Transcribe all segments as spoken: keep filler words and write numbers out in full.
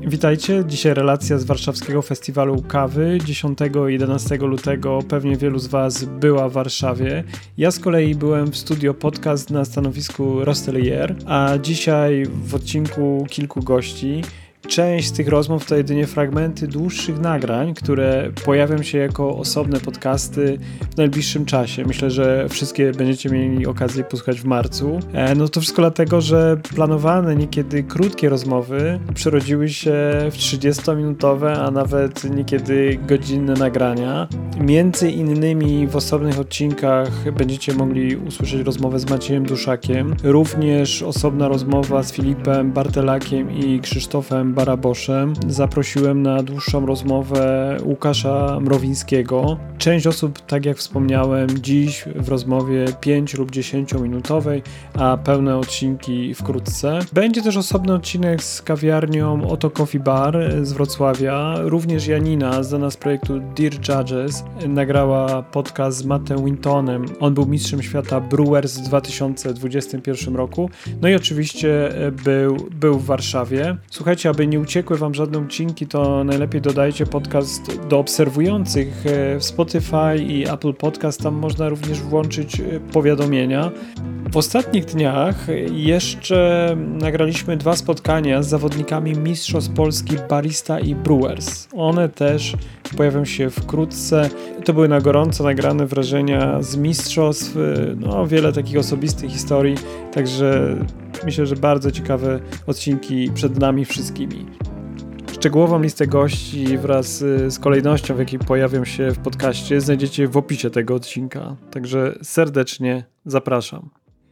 Witajcie, dzisiaj relacja z Warszawskiego Festiwalu Kawy. dziesiątego i jedenastego lutego pewnie wielu z Was była w Warszawie. Ja z kolei byłem w studio podcast na stanowisku Rostelier, a dzisiaj w odcinku kilku gości. Część z tych rozmów to jedynie fragmenty dłuższych nagrań, które pojawią się jako osobne podcasty w najbliższym czasie. Myślę, że wszystkie będziecie mieli okazję posłuchać w marcu. No to wszystko dlatego, że planowane niekiedy krótkie rozmowy przerodziły się w trzydziestominutowe, a nawet niekiedy godzinne nagrania. Między innymi w osobnych odcinkach będziecie mogli usłyszeć rozmowę z Maciejem Duszakiem, również osobna rozmowa z Filipem Bartelakiem i Krzysztofem Baraboszem. Zaprosiłem na dłuższą rozmowę Łukasza Mrowińskiego. Część osób, tak jak wspomniałem, dziś w rozmowie pięć lub dziesięciominutowej, a pełne odcinki wkrótce. Będzie też osobny odcinek z kawiarnią Oto Coffee Bar z Wrocławia. Również Janina, znana z projektu Dear Judges, nagrała podcast z Mattem Wintonem. On był mistrzem świata Brewers w dwa tysiące dwudziestym pierwszym roku. No i oczywiście był, był w Warszawie. Słuchajcie, aby nie uciekły Wam żadne odcinki, to najlepiej dodajcie podcast do obserwujących w Spotify i Apple Podcast. Tam można również włączyć powiadomienia. W ostatnich dniach jeszcze nagraliśmy dwa spotkania z zawodnikami Mistrzostw Polski Barista i Brewers. One też pojawią się wkrótce. To były na gorąco nagrane wrażenia z mistrzostw, no wiele takich osobistych historii, także myślę, że bardzo ciekawe odcinki przed nami wszystkimi. Szczegółową listę gości wraz z kolejnością, w jakiej pojawią się w podcaście, znajdziecie w opisie tego odcinka, także serdecznie zapraszam.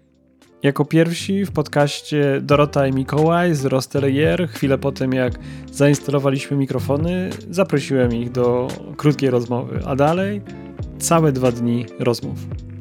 Jako pierwsi w podcaście Dorota i Mikołaj z Rostelier. Chwilę po tym, jak zainstalowaliśmy mikrofony, zaprosiłem ich do krótkiej rozmowy, a dalej całe dwa dni rozmów.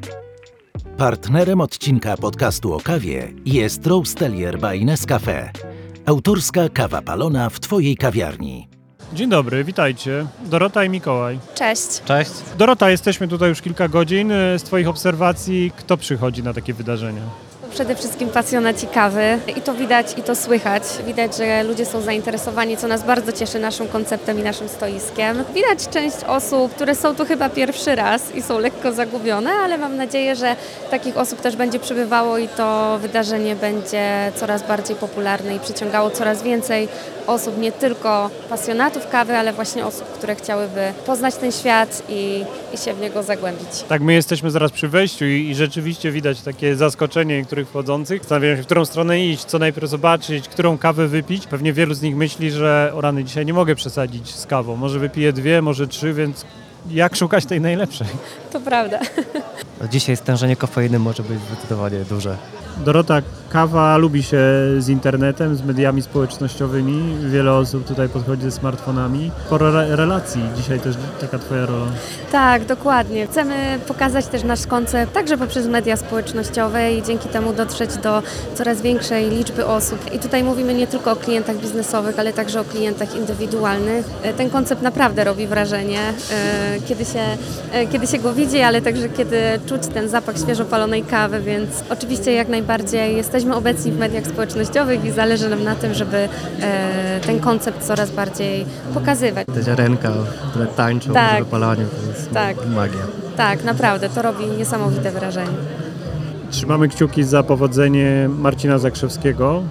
Partnerem odcinka podcastu o kawie jest Rostelier by Nescafe. Autorska kawa palona w Twojej kawiarni. Dzień dobry, witajcie. Dorota i Mikołaj. Cześć. Cześć. Dorota, jesteśmy tutaj już kilka godzin. Z Twoich obserwacji, kto przychodzi na takie wydarzenia? Przede wszystkim pasjonaci kawy i to widać i to słychać. Widać, że ludzie są zainteresowani, co nas bardzo cieszy naszym konceptem i naszym stoiskiem. Widać część osób, które są tu chyba pierwszy raz i są lekko zagubione, ale mam nadzieję, że takich osób też będzie przybywało i to wydarzenie będzie coraz bardziej popularne i przyciągało coraz więcej osób, nie tylko pasjonatów kawy, ale właśnie osób, które chciałyby poznać ten świat i, i się w niego zagłębić. Tak, my jesteśmy zaraz przy wejściu i, i rzeczywiście widać takie zaskoczenie niektórych wchodzących. Zastanawiają się, w którą stronę iść, co najpierw zobaczyć, którą kawę wypić. Pewnie wielu z nich myśli, że o rany, dzisiaj nie mogę przesadzić z kawą. Może wypiję dwie, może trzy, więc jak szukać tej najlepszej? To prawda. Dzisiaj stężenie kofeiny może być zdecydowanie duże. Dorota, kawa lubi się z internetem, z mediami społecznościowymi. Wiele osób tutaj podchodzi ze smartfonami. Sporo re- relacji. Dzisiaj też taka Twoja rola. Tak, dokładnie. Chcemy pokazać też nasz koncept także poprzez media społecznościowe i dzięki temu dotrzeć do coraz większej liczby osób. I tutaj mówimy nie tylko o klientach biznesowych, ale także o klientach indywidualnych. Ten koncept naprawdę robi wrażenie, kiedy się, kiedy się go widzi, ale także kiedy czuć ten zapach świeżo palonej kawy, więc oczywiście jak najbardziej jesteśmy obecni w mediach społecznościowych i zależy nam na tym, żeby ten koncept coraz bardziej pokazywać. Te ziarenka, które tańczą tak. przy wypalaniu, to jest tak. magia. Tak, naprawdę, to robi niesamowite wrażenie. Trzymamy kciuki za powodzenie Marcina Zakrzewskiego.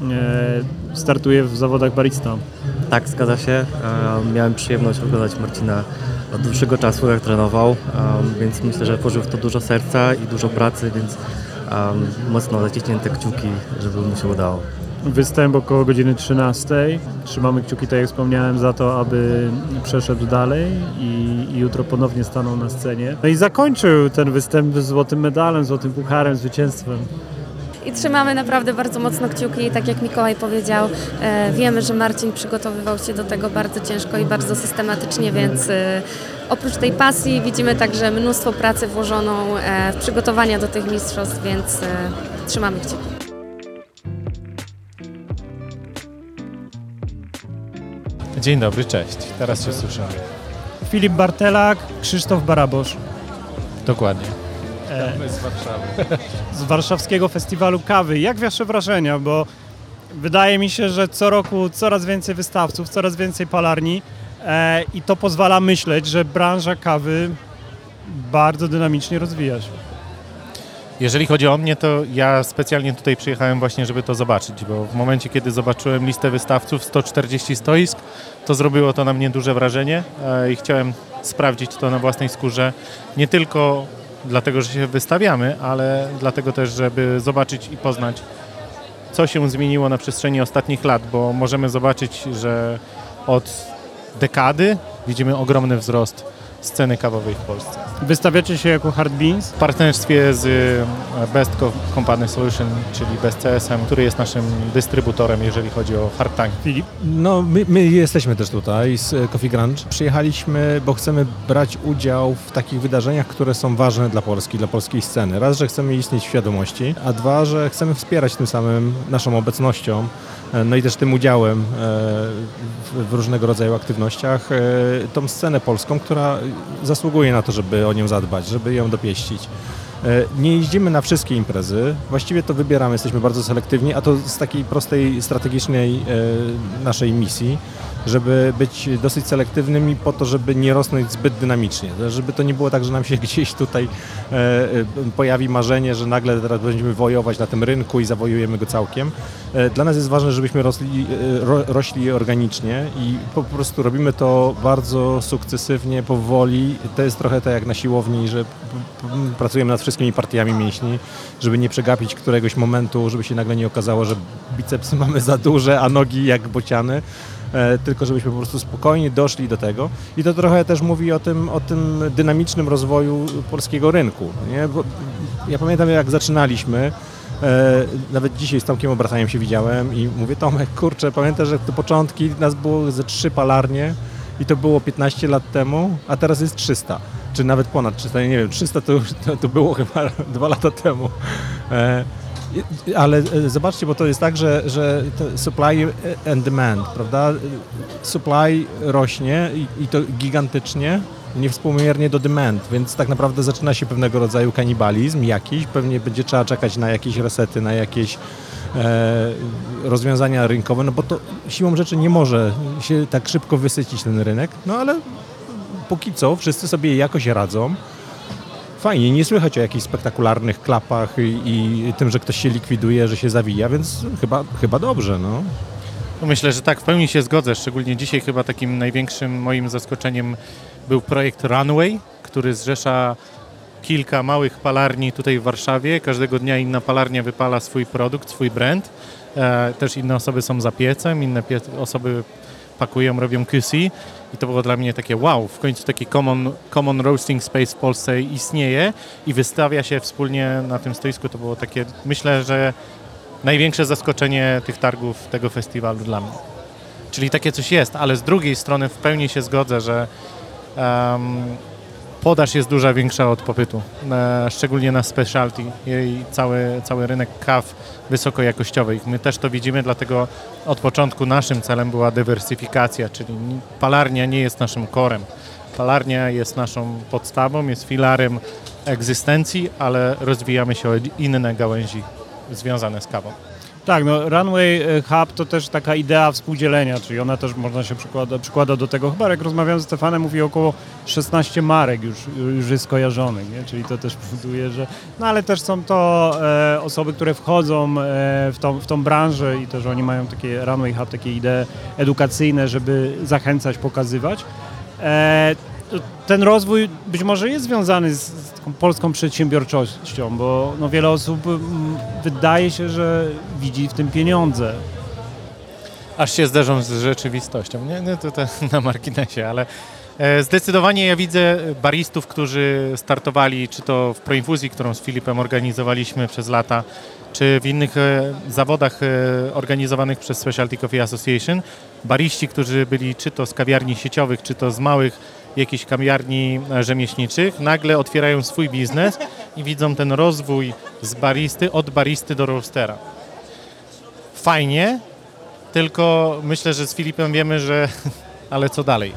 Startuje w zawodach barista. Tak, zgadza się. Miałem przyjemność oglądać Marcina od dłuższego czasu, jak trenował, więc myślę, że włożył w to dużo serca i dużo pracy, więc mocno zaciśnięte kciuki, żeby mu się udało. Występ około godziny trzynastej. Trzymamy kciuki, tak jak wspomniałem, za to, aby przeszedł dalej i, i jutro ponownie stanął na scenie. No i zakończył ten występ z złotym medalem, złotym pucharem, zwycięstwem. I trzymamy naprawdę bardzo mocno kciuki i tak jak Mikołaj powiedział, e, wiemy, że Marcin przygotowywał się do tego bardzo ciężko i bardzo systematycznie, więc e, oprócz tej pasji widzimy także mnóstwo pracy włożoną e, w przygotowania do tych mistrzostw, więc e, trzymamy kciuki. Dzień dobry, cześć. Teraz się słyszymy. Filip Bartelak, Krzysztof Barabosz. Dokładnie. E, My z Warszawy. z Warszawskiego Festiwalu Kawy. Jak wasze wrażenia? Bo Wydaje mi się, że co roku coraz więcej wystawców, coraz więcej palarni e, i to pozwala myśleć, że branża kawy bardzo dynamicznie rozwija się. Jeżeli chodzi o mnie, to ja specjalnie tutaj przyjechałem właśnie, żeby to zobaczyć, bo w momencie, kiedy zobaczyłem listę wystawców, sto czterdzieści stoisk, to zrobiło to na mnie duże wrażenie e, i chciałem sprawdzić to na własnej skórze, nie tylko dlatego, że się wystawiamy, ale dlatego też, żeby zobaczyć i poznać, co się zmieniło na przestrzeni ostatnich lat, bo możemy zobaczyć, że od dekady widzimy ogromny wzrost sceny kawowej w Polsce. Wystawiacie się jako Hard Beans? W partnerstwie z Best Company Solution, czyli Best C S M, który jest naszym dystrybutorem, jeżeli chodzi o hard tank. Filip? No, my, my jesteśmy też tutaj z Coffee Grunge. Przyjechaliśmy, bo chcemy brać udział w takich wydarzeniach, które są ważne dla Polski, dla polskiej sceny. Raz, że chcemy istnieć w świadomości, a dwa, że chcemy wspierać tym samym naszą obecnością, no i też tym udziałem w różnego rodzaju aktywnościach tą scenę polską, która zasługuje na to, żeby o nią zadbać, żeby ją dopieścić. Nie jeździmy na wszystkie imprezy, właściwie to wybieramy, jesteśmy bardzo selektywni, a to z takiej prostej, strategicznej naszej misji, żeby być dosyć selektywnymi po to, żeby nie rosnąć zbyt dynamicznie, żeby to nie było tak, że nam się gdzieś tutaj pojawi marzenie, że nagle teraz będziemy wojować na tym rynku i zawojujemy go całkiem. Dla nas jest ważne, żebyśmy rosli, ro, rośli organicznie i po prostu robimy to bardzo sukcesywnie, powoli. To jest trochę tak jak na siłowni, że pracujemy nad wszystkimi partiami mięśni, żeby nie przegapić któregoś momentu, żeby się nagle nie okazało, że bicepsy mamy za duże, a nogi jak bociany. Tylko żebyśmy po prostu spokojnie doszli do tego. I to trochę też mówi o tym, o tym dynamicznym rozwoju polskiego rynku. Nie? Bo ja pamiętam, jak zaczynaliśmy, e, nawet dzisiaj z Tomkiem Obrataniem się widziałem i mówię, Tomek, kurczę, pamiętasz, że te początki nas było ze trzy palarnie i to było piętnaście lat temu, a teraz jest trzysta, czy nawet ponad trzysta, nie wiem, trzysta to, to, to było chyba dwa lata temu. E, Ale zobaczcie, bo to jest tak, że, że supply and demand, prawda? Supply rośnie i, i to gigantycznie, niewspółmiernie do demand, więc tak naprawdę zaczyna się pewnego rodzaju kanibalizm jakiś, pewnie będzie trzeba czekać na jakieś resety, na jakieś e, rozwiązania rynkowe, no bo to siłą rzeczy nie może się tak szybko wysycić ten rynek, no ale póki co wszyscy sobie jakoś radzą. Fajnie, nie słychać o jakichś spektakularnych klapach i, i tym, że ktoś się likwiduje, że się zawija, więc chyba, chyba dobrze, no. No myślę, że tak, w pełni się zgodzę, szczególnie dzisiaj chyba takim największym moim zaskoczeniem był projekt Runway, który zrzesza kilka małych palarni tutaj w Warszawie. Każdego dnia inna palarnia wypala swój produkt, swój brand. E, też inne osoby są za piecem, inne pie- osoby pakują, robią Q C i to było dla mnie takie wow, w końcu taki common, common roasting space w Polsce istnieje i wystawia się wspólnie na tym stoisku. To było takie, myślę, że największe zaskoczenie tych targów, tego festiwalu dla mnie. Czyli takie coś jest, ale z drugiej strony w pełni się zgodzę, że um, podaż jest duża większa od popytu, na, szczególnie na specialty i cały, cały rynek kaw wysokojakościowych. My też to widzimy, dlatego od początku naszym celem była dywersyfikacja, czyli palarnia nie jest naszym korem. Palarnia jest naszą podstawą, jest filarem egzystencji, ale rozwijamy się o inne gałęzi związane z kawą. Tak, no Runway Hub to też taka idea współdzielenia, czyli ona też można się przykłada, przykłada do tego. Chyba jak rozmawiałem z Stefanem, mówi około szesnaście marek już, już jest kojarzonych, nie? Czyli to też powoduje, że... No ale też są to e, osoby, które wchodzą e, w, tą, w tą branżę i też oni mają takie Runway Hub, takie idee edukacyjne, żeby zachęcać, pokazywać. E, ten rozwój być może jest związany z, z taką polską przedsiębiorczością, bo no, wiele osób m, wydaje się, że widzi w tym pieniądze. Aż się zderzą z rzeczywistością, nie? No to, to na marginesie, ale e, zdecydowanie ja widzę baristów, którzy startowali, czy to w Proinfuzji, którą z Filipem organizowaliśmy przez lata, czy w innych e, zawodach e, organizowanych przez Specialty Coffee Association, bariści, którzy byli czy to z kawiarni sieciowych, czy to z małych jakichś kawiarni rzemieślniczych, nagle otwierają swój biznes i widzą ten rozwój z baristy, od baristy do roastera. Fajnie, tylko myślę, że z Filipem wiemy, że ale co dalej?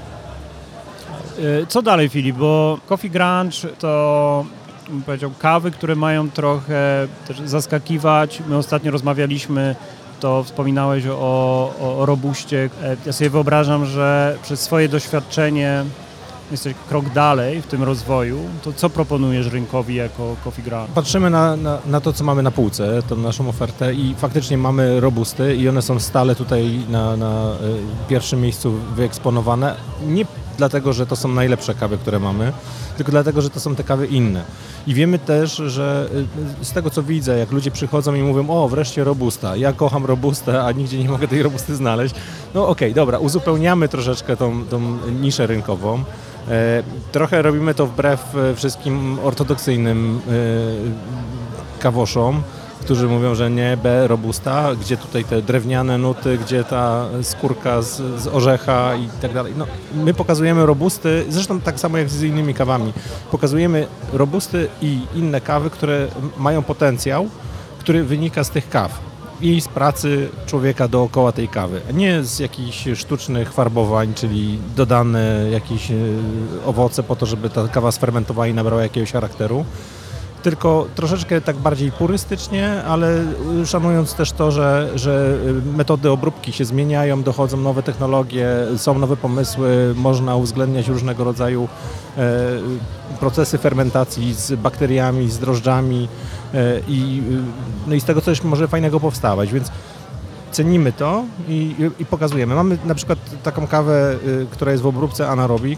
Co dalej, Filip? Bo Coffee Grunge to, bym powiedział, kawy, które mają trochę też zaskakiwać. My ostatnio rozmawialiśmy to wspominałeś o, o, o robuście. Ja sobie wyobrażam, że przez swoje doświadczenie jesteś krok dalej w tym rozwoju. To co proponujesz rynkowi jako Coffee Grant? Patrzymy na, na, na to, co mamy na półce, tą naszą ofertę i faktycznie mamy robusty i one są stale tutaj na, na pierwszym miejscu wyeksponowane. Nie dlatego, że to są najlepsze kawy, które mamy, tylko dlatego, że to są te kawy inne. I wiemy też, że z tego, co widzę, jak ludzie przychodzą i mówią, o, wreszcie robusta, ja kocham robustę, a nigdzie nie mogę tej robusty znaleźć. No okej, okay, dobra, uzupełniamy troszeczkę tą, tą niszę rynkową. E, trochę robimy to wbrew wszystkim ortodoksyjnym e, kawoszom, którzy mówią, że nie, B, robusta, gdzie tutaj te drewniane nuty, gdzie ta skórka z, z orzecha i tak dalej. No, my pokazujemy robusty, zresztą tak samo jak z innymi kawami, pokazujemy robusty i inne kawy, które mają potencjał, który wynika z tych kaw i z pracy człowieka dookoła tej kawy, a nie z jakichś sztucznych farbowań, czyli dodane jakieś owoce po to, żeby ta kawa sfermentowała i nabrała jakiegoś charakteru. Tylko troszeczkę tak bardziej purystycznie, ale szanując też to, że, że metody obróbki się zmieniają, dochodzą nowe technologie, są nowe pomysły, można uwzględniać różnego rodzaju e, procesy fermentacji z bakteriami, z drożdżami e, i, no i z tego coś może fajnego powstawać, więc cenimy to i, i pokazujemy. Mamy na przykład taką kawę, y, która jest w obróbce anaerobik.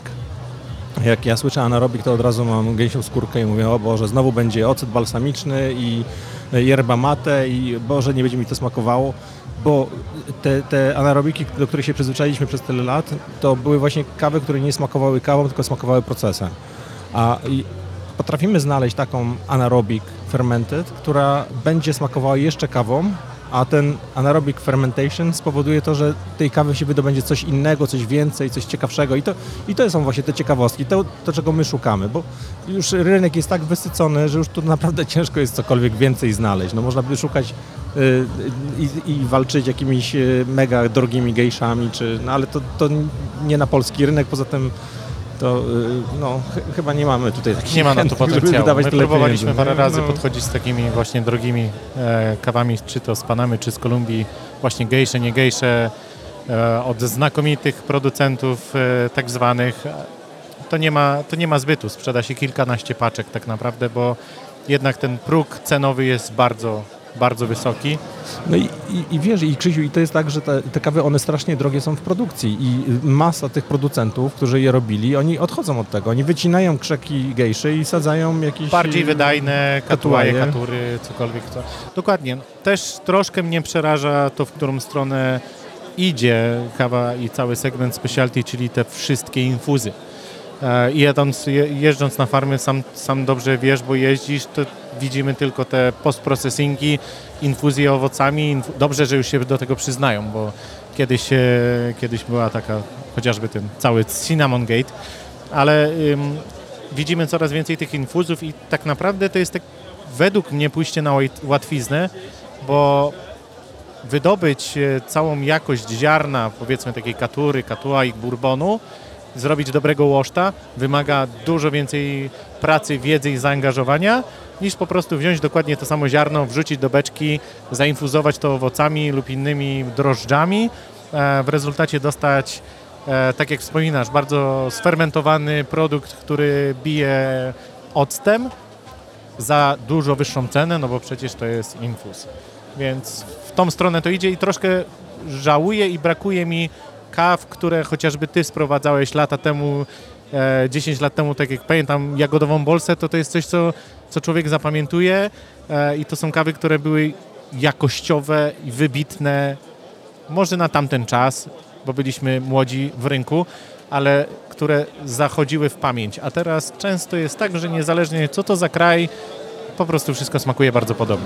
Jak ja słyszę anaerobik, to od razu mam gęsią skórkę i mówię, o Boże, znowu będzie ocet balsamiczny i yerba mate i Boże, nie będzie mi to smakowało, bo te, te anaerobiki, do których się przyzwyczailiśmy przez tyle lat, to były właśnie kawy, które nie smakowały kawą, tylko smakowały procesem. A i potrafimy znaleźć taką anaerobic fermented, która będzie smakowała jeszcze kawą, a ten anaerobic fermentation spowoduje to, że tej kawy się wydobędzie coś innego, coś więcej, coś ciekawszego i to, i to są właśnie te ciekawostki, to, to czego my szukamy, bo już rynek jest tak wysycony, że już tu naprawdę ciężko jest cokolwiek więcej znaleźć. No można by szukać yy, i, i walczyć jakimiś yy, mega drogimi gejszami, czy, no ale to, to nie na polski rynek, poza tym to yy, no, ch- chyba nie mamy tutaj takich Nie ma na to potencjału. My próbowaliśmy pieniędzy. parę razy no. podchodzić z takimi właśnie drogimi e, kawami, czy to z Panamy, czy z Kolumbii, właśnie gejsze, nie gejsze, e, od znakomitych producentów e, tak zwanych. To nie ma, to nie ma zbytu, sprzeda się kilkanaście paczek tak naprawdę, bo jednak ten próg cenowy jest bardzo, bardzo wysoki. No i, i, i wiesz, i Krzysiu, i to jest tak, że te, te kawy, one strasznie drogie są w produkcji i masa tych producentów, którzy je robili, oni odchodzą od tego, oni wycinają krzeki gejszy i sadzają jakieś... Bardziej wydajne, katuaje, katuaje. katury, cokolwiek. Co. Dokładnie. Też troszkę mnie przeraża to, w którą stronę idzie kawa i cały segment specialty, czyli te wszystkie infuzy. I jedząc, jeżdżąc na farmy, sam, sam dobrze wiesz, bo jeździsz, to widzimy tylko te post-processingi, infuzje owocami. Inf- dobrze, że już się do tego przyznają, bo kiedyś, kiedyś była taka, chociażby ten cały Cinnamon Gate, ale ym, widzimy coraz więcej tych infuzów i tak naprawdę to jest tak, według mnie pójście na łatwiznę, bo wydobyć całą jakość ziarna, powiedzmy takiej katury, katua i bourbonu, zrobić dobrego łoszta wymaga dużo więcej pracy, wiedzy i zaangażowania niż po prostu wziąć dokładnie to samo ziarno, wrzucić do beczki, zainfuzować to owocami lub innymi drożdżami, w rezultacie dostać, tak jak wspominasz, bardzo sfermentowany produkt, który bije octem za dużo wyższą cenę, no bo przecież to jest infuz. Więc w tą stronę to idzie i troszkę żałuję i brakuje mi kaw, które chociażby ty sprowadzałeś lata temu, e, dziesięć lat temu, tak jak pamiętam, jagodową bolsę, to to jest coś, co, co człowiek zapamiętuje e, i to są kawy, które były jakościowe i wybitne, może na tamten czas, bo byliśmy młodzi w rynku, ale które zachodziły w pamięć. A teraz często jest tak, że niezależnie co to za kraj, po prostu wszystko smakuje bardzo podobnie.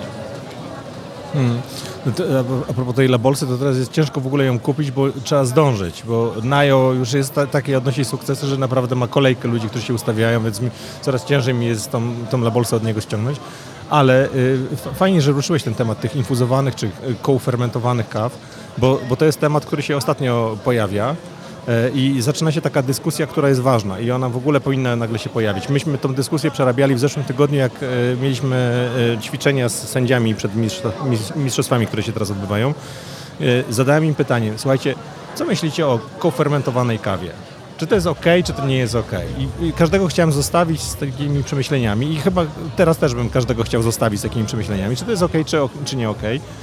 Hmm. No to, a propos tej labolsy, to teraz jest ciężko w ogóle ją kupić, bo trzeba zdążyć, bo Najo już jest ta, taki odnosi sukcesy, że naprawdę ma kolejkę ludzi, którzy się ustawiają, więc mi, coraz ciężej mi jest tą, tą labolsę od niego ściągnąć. Ale y, fajnie, że ruszyłeś ten temat tych infuzowanych czy kołfermentowanych kaw, bo, bo to jest temat, który się ostatnio pojawia. I zaczyna się taka dyskusja, która jest ważna i ona w ogóle powinna nagle się pojawić. Myśmy tą dyskusję przerabiali w zeszłym tygodniu, jak mieliśmy ćwiczenia z sędziami przed mistrzostwami, które się teraz odbywają. Zadałem im pytanie, słuchajcie, co myślicie o kofermentowanej kawie? Czy to jest ok, czy to nie jest ok? I, I każdego chciałem zostawić z takimi przemyśleniami i chyba teraz też bym każdego chciał zostawić z takimi przemyśleniami, czy to jest ok, czy, czy nie ok.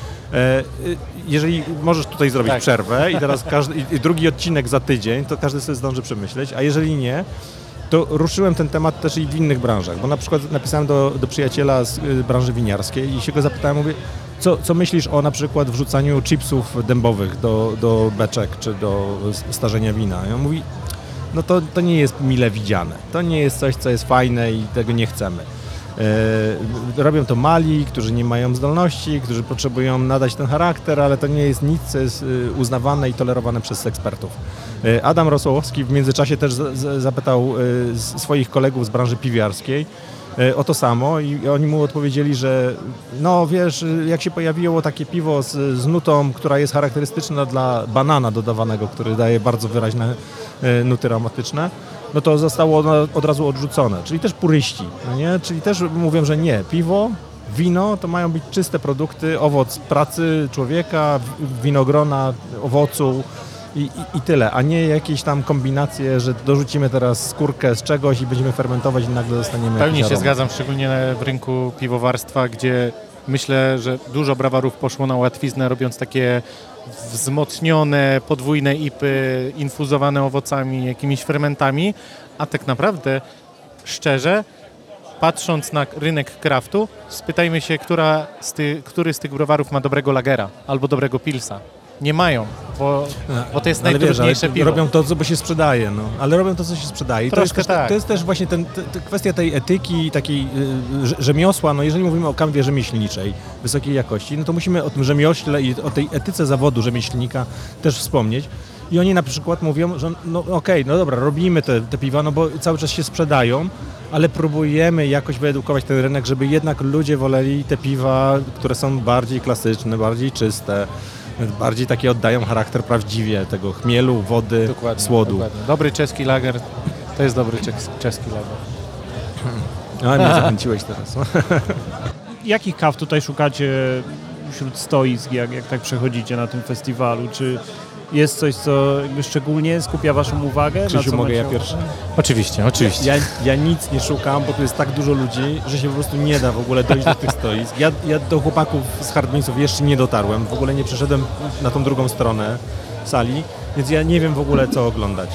Jeżeli możesz tutaj zrobić tak. przerwę i teraz każdy, i drugi odcinek za tydzień, to każdy sobie zdąży przemyśleć, a jeżeli nie, to ruszyłem ten temat też i w innych branżach, bo na przykład napisałem do, do przyjaciela z branży winiarskiej i się go zapytałem, mówię, co, co myślisz o na przykład wrzucaniu chipsów dębowych do, do beczek czy do starzenia wina? I on mówi, no to, to nie jest mile widziane, to nie jest coś, co jest fajne i tego nie chcemy. E, robią to mali, którzy nie mają zdolności, którzy potrzebują nadać ten charakter, ale to nie jest nic, co jest uznawane i tolerowane przez ekspertów. E, Adam Rosołowski w międzyczasie też z, z, zapytał e, swoich kolegów z branży piwiarskiej e, o to samo i oni mu odpowiedzieli, że no wiesz, jak się pojawiło takie piwo z, z nutą, która jest charakterystyczna dla banana dodawanego, który daje bardzo wyraźne e, nuty aromatyczne, no to zostało od razu odrzucone, czyli też puryści, no nie? Czyli też mówią, że nie, piwo, wino to mają być czyste produkty, owoc pracy człowieka, winogrona, owocu i, i, i tyle, a nie jakieś tam kombinacje, że dorzucimy teraz skórkę z czegoś i będziemy fermentować i nagle dostaniemy Pełnie się aromat. zgadzam, szczególnie w rynku piwowarstwa, gdzie myślę, że dużo brawarów poszło na łatwiznę, robiąc takie wzmocnione, podwójne ipy, infuzowane owocami, jakimiś fermentami, a tak naprawdę, szczerze, patrząc na rynek craftu, spytajmy się, która z ty, który z tych browarów ma dobrego lagera albo dobrego pilsa. Nie mają, bo, bo to jest ale najtrudniejsze wiesz, piwo. Robią to, co się sprzedaje, no. Ale robią to, co się sprzedaje. I to jest, też, tak. to jest też właśnie ten, te, te kwestia tej etyki, takiej y, rzemiosła. No jeżeli mówimy o kawie rzemieślniczej, wysokiej jakości, no to musimy o tym rzemiośle i o tej etyce zawodu rzemieślnika też wspomnieć. I oni na przykład mówią, że no okej, okay, no dobra, robimy te, te piwa, no bo cały czas się sprzedają, ale próbujemy jakoś wyedukować ten rynek, żeby jednak ludzie woleli te piwa, które są bardziej klasyczne, bardziej czyste, bardziej takie oddają charakter prawdziwie tego chmielu, wody, dokładnie, słodu. Dokładnie. Dobry czeski lager to jest dobry czes- czeski lager. A mnie zachęciłeś teraz. Jakich kaw tutaj szukacie wśród stoisk, jak, jak tak przechodzicie na tym festiwalu? Czy jest coś, co jakby szczególnie skupia waszą uwagę? Krzysiu, na co mogę ja macie... pierwszy? Oczywiście, oczywiście. Ja, ja nic nie szukam, bo tu jest tak dużo ludzi, że się po prostu nie da w ogóle dojść do tych stoisk. Ja, ja do chłopaków z Hardbeansów jeszcze nie dotarłem, w ogóle nie przeszedłem na tą drugą stronę sali, więc ja nie wiem w ogóle, co oglądać.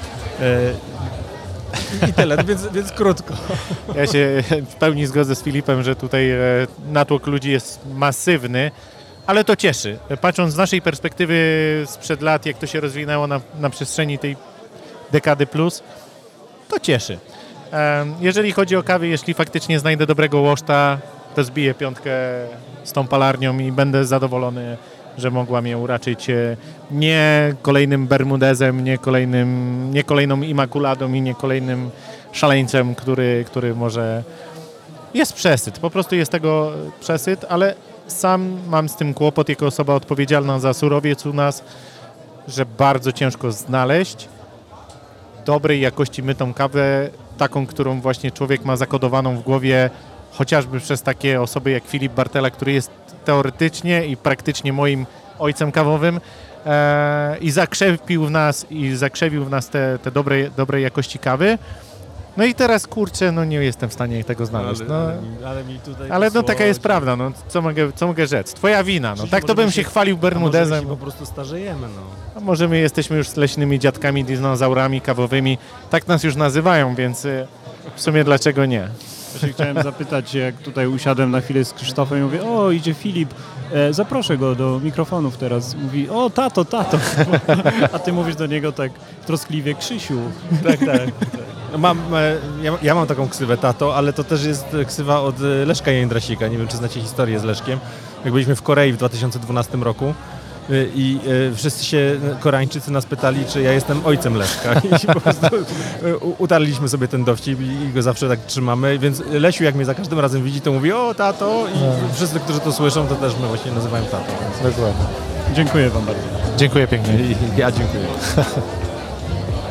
E, I tyle, więc, więc krótko. Ja się w pełni zgodzę z Filipem, że tutaj natłok ludzi jest masywny, ale to cieszy. Patrząc z naszej perspektywy sprzed lat, jak to się rozwinęło na, na przestrzeni tej dekady plus, to cieszy. Jeżeli chodzi o kawę, jeśli faktycznie znajdę dobrego łoszta, to zbiję piątkę z tą palarnią i będę zadowolony, że mogła mnie uraczyć nie kolejnym Bermudezem, nie, kolejnym, nie kolejną Immaculadą i nie kolejnym szaleńcem, który, który może... Jest przesyt, po prostu jest tego przesyt, ale sam mam z tym kłopot jako osoba odpowiedzialna za surowiec u nas, że bardzo ciężko znaleźć dobrej jakości mytą kawę, taką, którą właśnie człowiek ma zakodowaną w głowie, chociażby przez takie osoby jak Filip Bartela, który jest teoretycznie i praktycznie moim ojcem kawowym e, i zakrzepił w nas i zakrzewił w nas te, te dobrej, dobrej jakości kawy. No i teraz, kurczę, no nie jestem w stanie tego znaleźć. Ale, no, ale, mi, ale, mi tutaj ale no taka jest prawda, no co mogę, co mogę rzec? Twoja wina, no Krzysiu, tak to może bym my się się- chwalił A może Bermudezem. my się po prostu starzejemy, no. A może my jesteśmy już leśnymi dziadkami, dinozaurami kawowymi, tak nas już nazywają, więc y, w sumie dlaczego nie? Właśnie chciałem zapytać, jak tutaj usiadłem na chwilę z Krzysztofem i mówię, o idzie Filip, e, zaproszę go do mikrofonów teraz. Mówi, o tato, tato. A ty mówisz do niego tak troskliwie, Krzysiu. Tak, tak. Mam, e, ja, ja mam taką ksywę tato, ale to też jest ksywa od e, Leszka Jędrasika. Nie wiem, czy znacie historię z Leszkiem. Jak byliśmy w Korei w dwa tysiące dwunastym roku e, i e, wszyscy się, Koreańczycy nas pytali, czy ja jestem ojcem Leszka. I po prostu e, u- utarliśmy sobie ten dowcip i, i go zawsze tak trzymamy. Więc Lesiu, jak mnie za każdym razem widzi, to mówi, o tato. I wszyscy, którzy to słyszą, to też my właśnie nazywają tato. Więc... Dokładnie. Dziękuję wam bardzo. Dziękuję pięknie. I, ja dziękuję.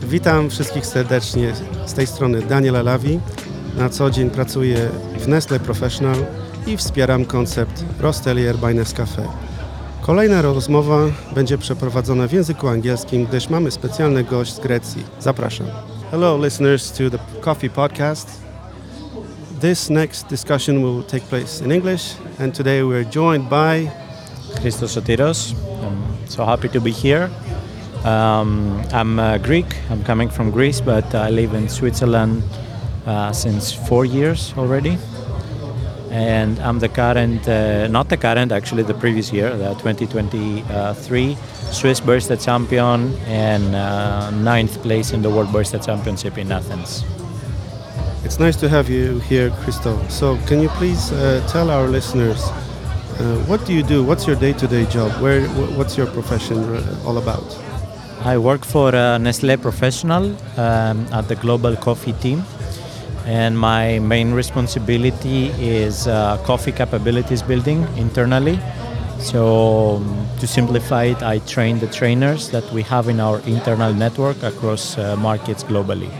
Witam wszystkich serdecznie. Z tej strony Daniel Alawi. Na co dzień pracuję w Nestlé Professional i wspieram koncept Rostelier by Nescafé. Kolejna rozmowa będzie przeprowadzona w języku angielskim, gdyż mamy specjalny gość z Grecji. Zapraszam. Hello listeners to the Coffee Podcast. This next discussion will take place in English, and today we're joined by Christos Sotiros. I'm so happy to be here. Um, I'm uh, Greek. I'm coming from Greece, but I live in Switzerland uh, since four years already. And I'm the current, uh, not the current, actually the previous year, the twenty twenty-three Swiss Barista Champion and uh, ninth place in the World Barista Championship in Athens. It's nice to have you here, Christo. So can you please uh, tell our listeners, uh, what do you do? What's your day-to-day job? Where, what's your profession all about? I work for uh, Nestlé Professional um, at the Global Coffee team. And my main responsibility is uh, coffee capabilities building internally. So um, to simplify it, I train the trainers that we have in our internal network across uh, markets globally.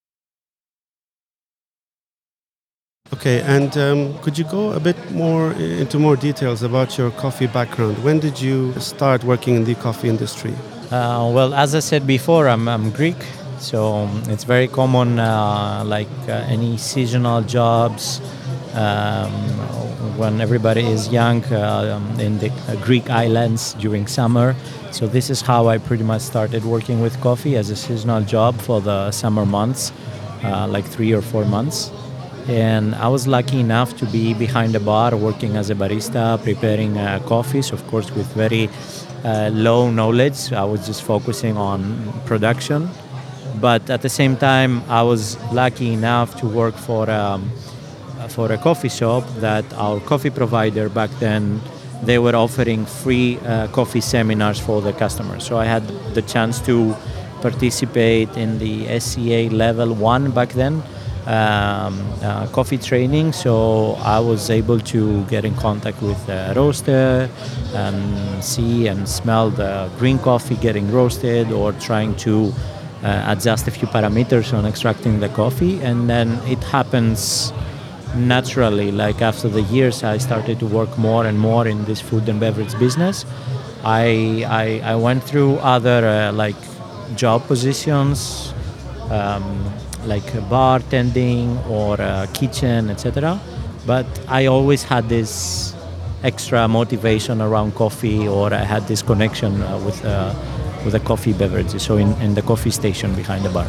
Okay, and um, could you go a bit more into more details about your coffee background? When did you start working in the coffee industry? Uh, well, as I said before, I'm, I'm Greek, so um, it's very common, uh, like uh, any seasonal jobs, um, when everybody is young uh, um, in the uh, Greek islands during summer. So this is how I pretty much started working with coffee as a seasonal job for the summer months, uh, like three or four months. And I was lucky enough to be behind the bar working as a barista, preparing uh, coffees, of course, with very uh, low knowledge. I was just focusing on production. But at the same time, I was lucky enough to work for, um, for a coffee shop that our coffee provider back then, they were offering free uh, coffee seminars for the customers. So I had the chance to participate in the S C A level one back then. Um, uh, coffee training, so I was able to get in contact with the roaster and see and smell the green coffee getting roasted or trying to uh, adjust a few parameters on extracting the coffee. And then it happens naturally, like after the years I started to work more and more in this food and beverage business. I, I, I went through other uh, like job positions, um, like bartending or uh, kitchen, et cetera. But I always had this extra motivation around coffee, or I had this connection uh, with uh, with the coffee beverages, so in, in the coffee station behind the bar.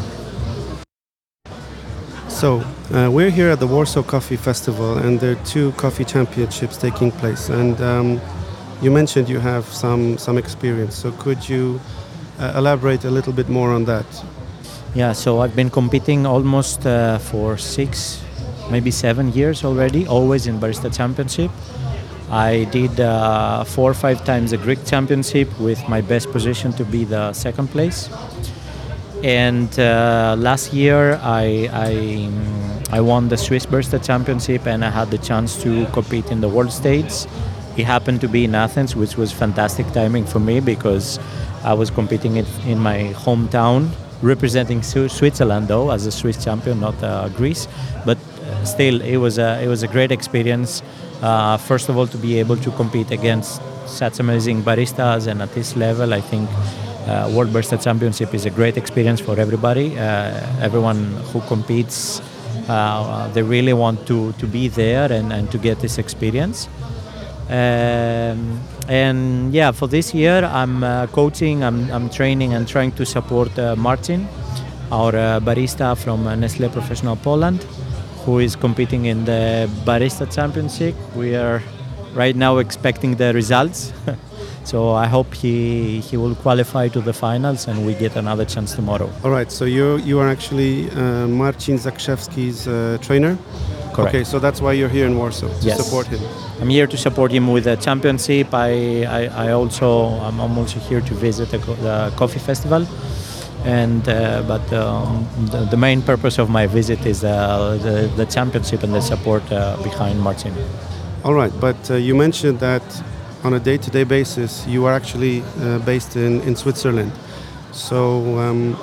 So uh, we're here at the Warsaw Coffee Festival, and there are two coffee championships taking place. And um, you mentioned you have some, some experience, so could you uh, elaborate a little bit more on that? Yeah, so I've been competing almost uh, for six, maybe seven years already, always in Barista Championship. I did uh, four or five times the Greek Championship with my best position to be the second place. And uh, last year I, I, I won the Swiss Barista Championship, and I had the chance to compete in the world stage. It happened to be in Athens, which was fantastic timing for me because I was competing in, in my hometown, representing Switzerland though as a Swiss champion, not uh, Greece, but still it was a it was a great experience. Uh, first of all, to be able to compete against such amazing baristas, and at this level, I think uh, World Barista Championship is a great experience for everybody. Uh, everyone who competes, uh, they really want to to be there and, and to get this experience. Um, and yeah, for this year I'm uh, coaching, I'm, I'm training and trying to support uh, Marcin, our uh, barista from uh, Nestlé Professional Poland, who is competing in the Barista Championship. We are right now expecting the results. So I hope he he will qualify to the finals and we get another chance tomorrow. All right, so you you are actually uh, Marcin Zakrzewski's uh, trainer? Correct. Okay, so that's why you're here in Warsaw, to Yes. support him. I'm here to support him with the championship. I, I, I also I'm, I'm also here to visit the, co- the coffee festival, and uh, but um, the, the main purpose of my visit is uh, the the championship and the support uh, behind Marcin. All right, but uh, you mentioned that on a day-to-day basis you are actually uh, based in, in Switzerland. So um,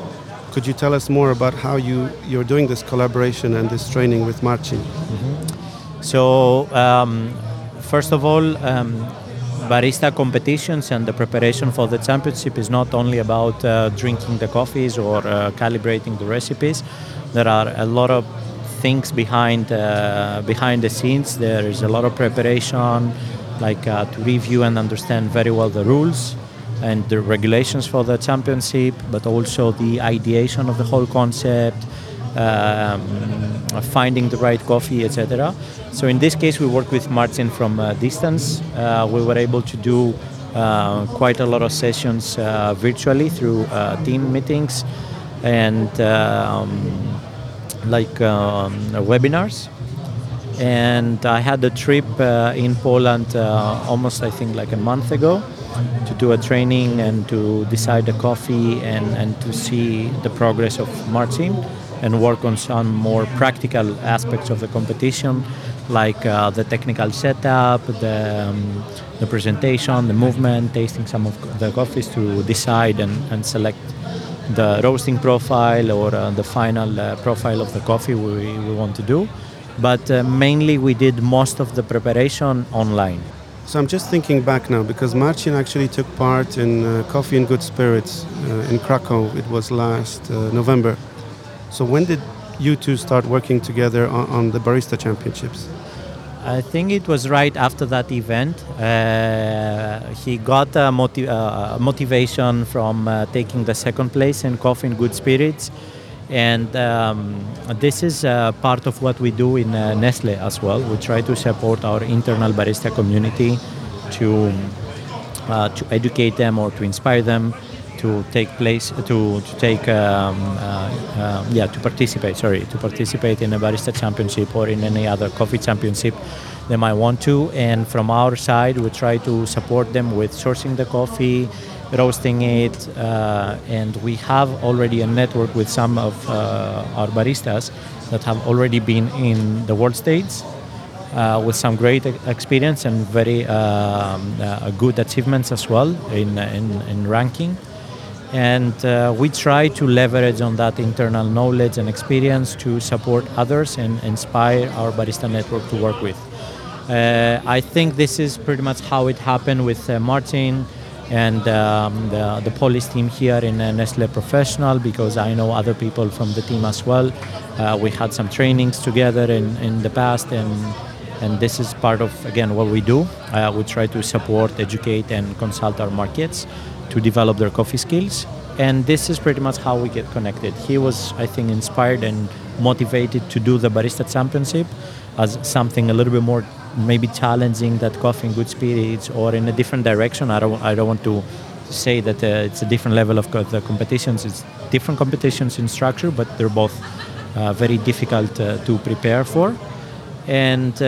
Could you tell us more about how you, you're doing this collaboration and this training with Marcin? Mm-hmm. So, um, first of all, um, barista competitions and the preparation for the championship is not only about uh, drinking the coffees or uh, calibrating the recipes. There are a lot of things behind uh, behind the scenes. There is a lot of preparation, like uh, to review and understand very well the rules and the regulations for the championship, but also the ideation of the whole concept, um, finding the right coffee, et cetera. So in this case, we work with Marcin from a distance. Uh, we were able to do uh, quite a lot of sessions uh, virtually through uh, team meetings and um, like um, webinars. And I had a trip uh, in Poland uh, almost, I think, like a month ago to do a training and to decide the coffee and, and to see the progress of Marcin and work on some more practical aspects of the competition, like uh, the technical setup, the, um, the presentation, the movement, tasting some of the coffees to decide and, and select the roasting profile or uh, the final uh, profile of the coffee we, we want to do. But uh, mainly we did most of the preparation online. So I'm just thinking back now, because Marcin actually took part in uh, Coffee and Good Spirits uh, in Krakow. It was last uh, November. So when did you two start working together on, on the Barista Championships? I think it was right after that event. Uh, he got a motiv- uh, motivation from uh, taking the second place in Coffee and Good Spirits. And um, this is uh, part of what we do in uh, Nestle as well. We try to support our internal barista community to uh, to educate them or to inspire them to take place to to take um, uh, uh, yeah to participate. Sorry, to participate in a barista championship or in any other coffee championship they might want to. And from our side, we try to support them with sourcing the coffee, roasting it, uh, and we have already a network with some of uh, our baristas that have already been in the world stage uh, with some great experience and very um, uh, good achievements as well in, in, in ranking. And uh, we try to leverage on that internal knowledge and experience to support others and inspire our barista network to work with. Uh, I think this is pretty much how it happened with uh, Marcin and um, the, the Polish team here in uh, Nestle Professional, because I know other people from the team as well. Uh, we had some trainings together in, in the past, and and this is part of, again, what we do. Uh, we try to support, educate, and consult our markets to develop their coffee skills. And this is pretty much how we get connected. He was, I think, inspired and motivated to do the Barista Championship as something a little bit more maybe challenging that Coffee and Good Spirits, or in a different direction. I don't, I don't want to say that uh, it's a different level of co- the competitions. It's different competitions in structure, but they're both uh, very difficult uh, to prepare for. And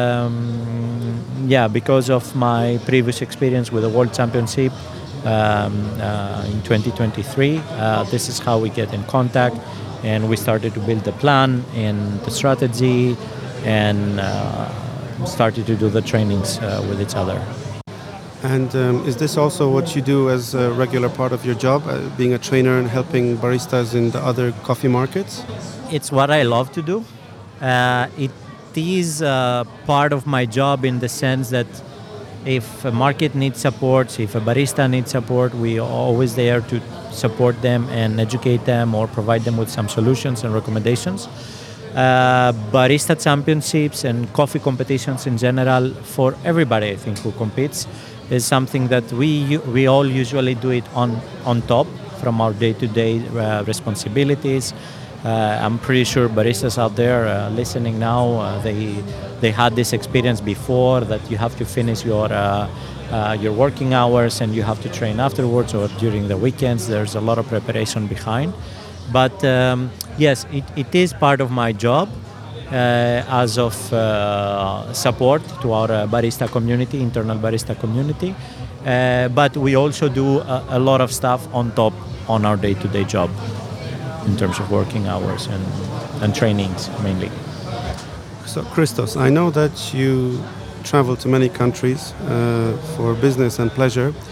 um, yeah, because of my previous experience with the World Championship um, uh, in twenty twenty-three, uh, this is how we get in contact, and we started to build the plan and the strategy, and uh, started to do the trainings uh, with each other. And um, is this also what you do as a regular part of your job, uh, being a trainer and helping baristas in the other coffee markets? It's what I love to do. Uh, it is uh, part of my job in the sense that if a market needs support, if a barista needs support, we are always there to support them and educate them or provide them with some solutions and recommendations. Uh, barista championships and coffee competitions in general, for everybody I think who competes, is something that we we all usually do it on, on top from our day-to-day uh, responsibilities. Uh, I'm pretty sure baristas out there uh, listening now, uh, they they had this experience before, that you have to finish your uh, uh, your working hours and you have to train afterwards or during the weekends. There's a lot of preparation behind. But um, yes, it, it is part of my job uh, as of uh, support to our uh, barista community, internal barista community. Uh, but we also do a, a lot of stuff on top on our day-to-day job in terms of working hours and, and trainings mainly. So Christos, I know that you travel to many countries uh, for business and pleasure.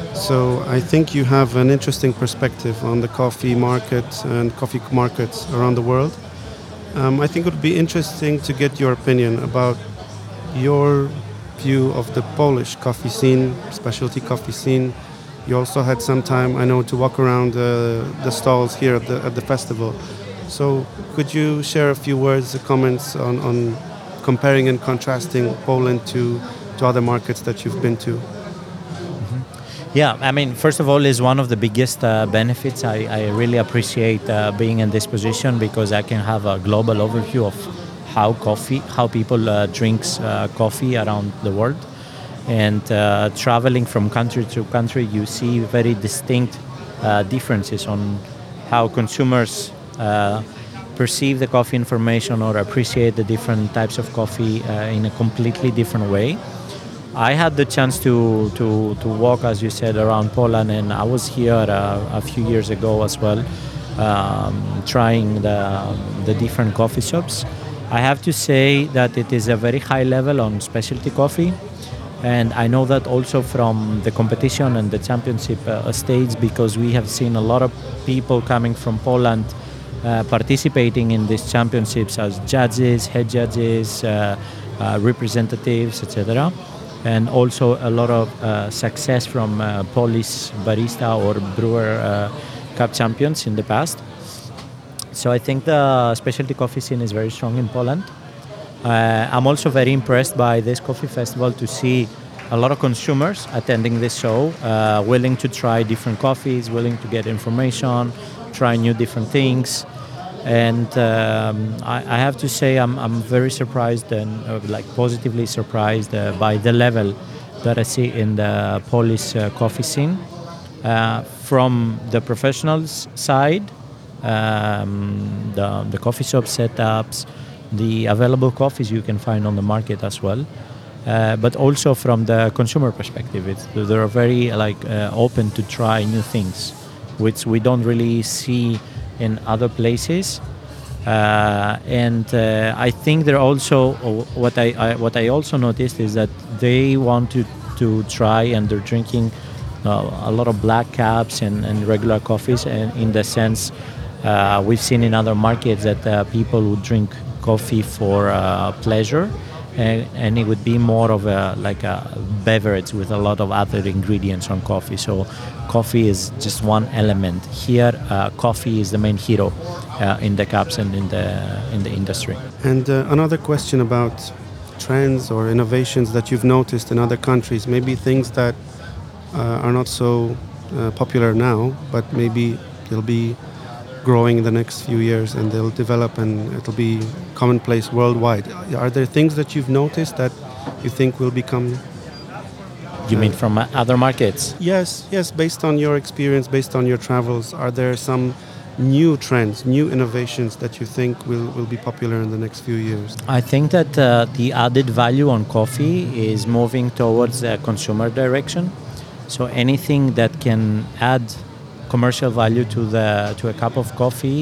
So I think you have an interesting perspective on the coffee market and coffee markets around the world. Um, I think it would be interesting to get your opinion about your view of the Polish coffee scene, specialty coffee scene. You also had some time, I know, to walk around uh, the stalls here at the, at the festival. So could you share a few words, comments on, on comparing and contrasting Poland to, to other markets that you've been to? Yeah, I mean, first of all, is one of the biggest uh, benefits. I, I really appreciate uh, being in this position because I can have a global overview of how coffee, how people uh, drinks uh, coffee around the world. And uh, traveling from country to country, you see very distinct uh, differences on how consumers uh, perceive the coffee information or appreciate the different types of coffee uh, in a completely different way. I had the chance to, to, to walk, as you said, around Poland, and I was here uh, a few years ago as well, um, trying the, the different coffee shops. I have to say that it is a very high level on specialty coffee, and I know that also from the competition and the championship uh, stage, because we have seen a lot of people coming from Poland uh, participating in these championships as judges, head judges, uh, uh, representatives, et cetera. And also a lot of uh, success from uh, Polish barista or brewer uh, cup champions in the past. So I think the specialty coffee scene is very strong in Poland. Uh, I'm also very impressed by this coffee festival to see a lot of consumers attending this show, uh, willing to try different coffees, willing to get information, try new different things. And um, I, I have to say I'm, I'm very surprised and uh, like positively surprised uh, by the level that I see in the Polish uh, coffee scene. Uh, from the professionals side, um, the, the coffee shop setups, the available coffees you can find on the market as well, uh, but also from the consumer perspective, it's, they're very like uh, open to try new things, which we don't really see in other places, uh, and uh, I think they're also what I, I what I also noticed is that they want to to try, and they're drinking uh, a lot of black caps and, and regular coffees, and in the sense uh, we've seen in other markets that uh, people would drink coffee for uh, pleasure, and, and it would be more of a like a beverage with a lot of other ingredients on coffee. So coffee is just one element. Here, uh, coffee is the main hero uh, in the cups and in the in the industry. And uh, another question about trends or innovations that you've noticed in other countries, maybe things that uh, are not so uh, popular now, but maybe they'll be growing in the next few years and they'll develop and it'll be commonplace worldwide. Are there things that you've noticed that you think will become... You mean from other markets? Yes, yes. Based on your experience, based on your travels, are there some new trends, new innovations that you think will, will be popular in the next few years? I think that uh, the added value on coffee is moving towards the consumer direction. So anything that can add commercial value to the to a cup of coffee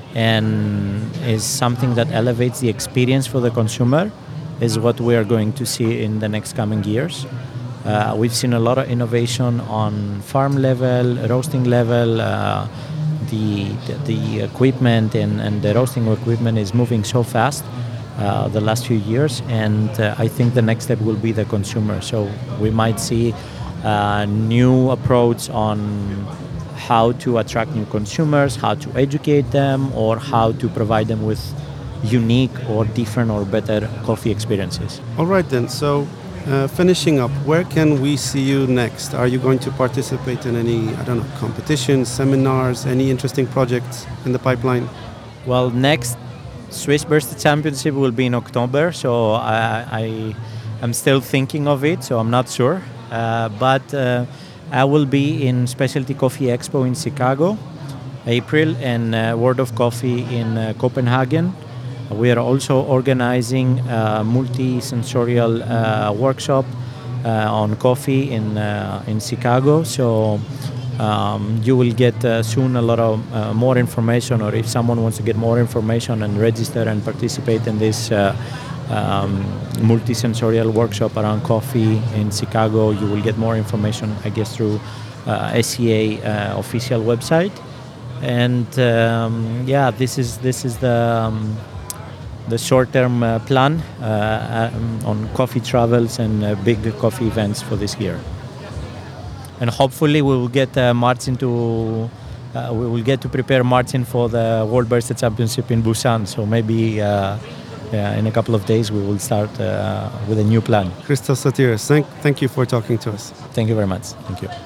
and is something that elevates the experience for the consumer is what we are going to see in the next coming years. Uh, we've seen a lot of innovation on farm level, roasting level. Uh, the, the the equipment and, and the roasting equipment is moving so fast uh, the last few years, and uh, I think the next step will be the consumer. So we might see a new approach on how to attract new consumers, how to educate them, or how to provide them with unique or different or better coffee experiences. All right then, so uh, finishing up, where can we see you next? Are you going to participate in any, I don't know, competitions, seminars, any interesting projects in the pipeline? Well, next Swiss Barista Championship will be in October, so I, I am still thinking of it, so I'm not sure. Uh, but uh, I will be in Specialty Coffee Expo in Chicago, April, and uh, World of Coffee in uh, Copenhagen. We are also organizing a multi-sensorial uh, workshop uh, on coffee in uh, in Chicago. So um, you will get uh, soon a lot of uh, more information, or if someone wants to get more information and register and participate in this uh, um, multi-sensorial workshop around coffee in Chicago. You will get more information, I guess, through uh, S E A uh, official website. And um, yeah, this is this is the um, the short-term uh, plan uh, um, on coffee travels and uh, big coffee events for this year. And hopefully we will get uh, Martin to uh, we will get to prepare Martin for the World Barista Championship in Busan. So maybe uh, yeah, in a couple of days we will start uh, with a new plan. Christos Sotiris, thank, thank you for talking to us. Thank you very much. Thank you.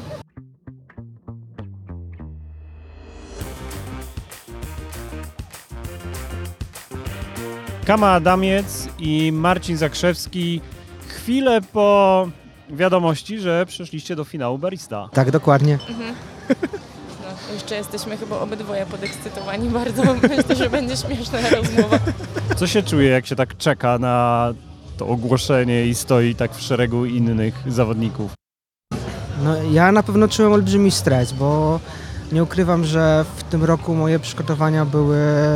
Kama Adamiec i Marcin Zakrzewski chwilę po wiadomości, że przeszliście do finału barista. Tak, dokładnie. Mhm. No, jeszcze jesteśmy chyba obydwoje podekscytowani bardzo. Myślę, że będzie śmieszna rozmowa. Co się czuje, jak się tak czeka na to ogłoszenie i stoi tak w szeregu innych zawodników? No, ja na pewno czułem olbrzymi stres, bo nie ukrywam, że w tym roku moje przygotowania były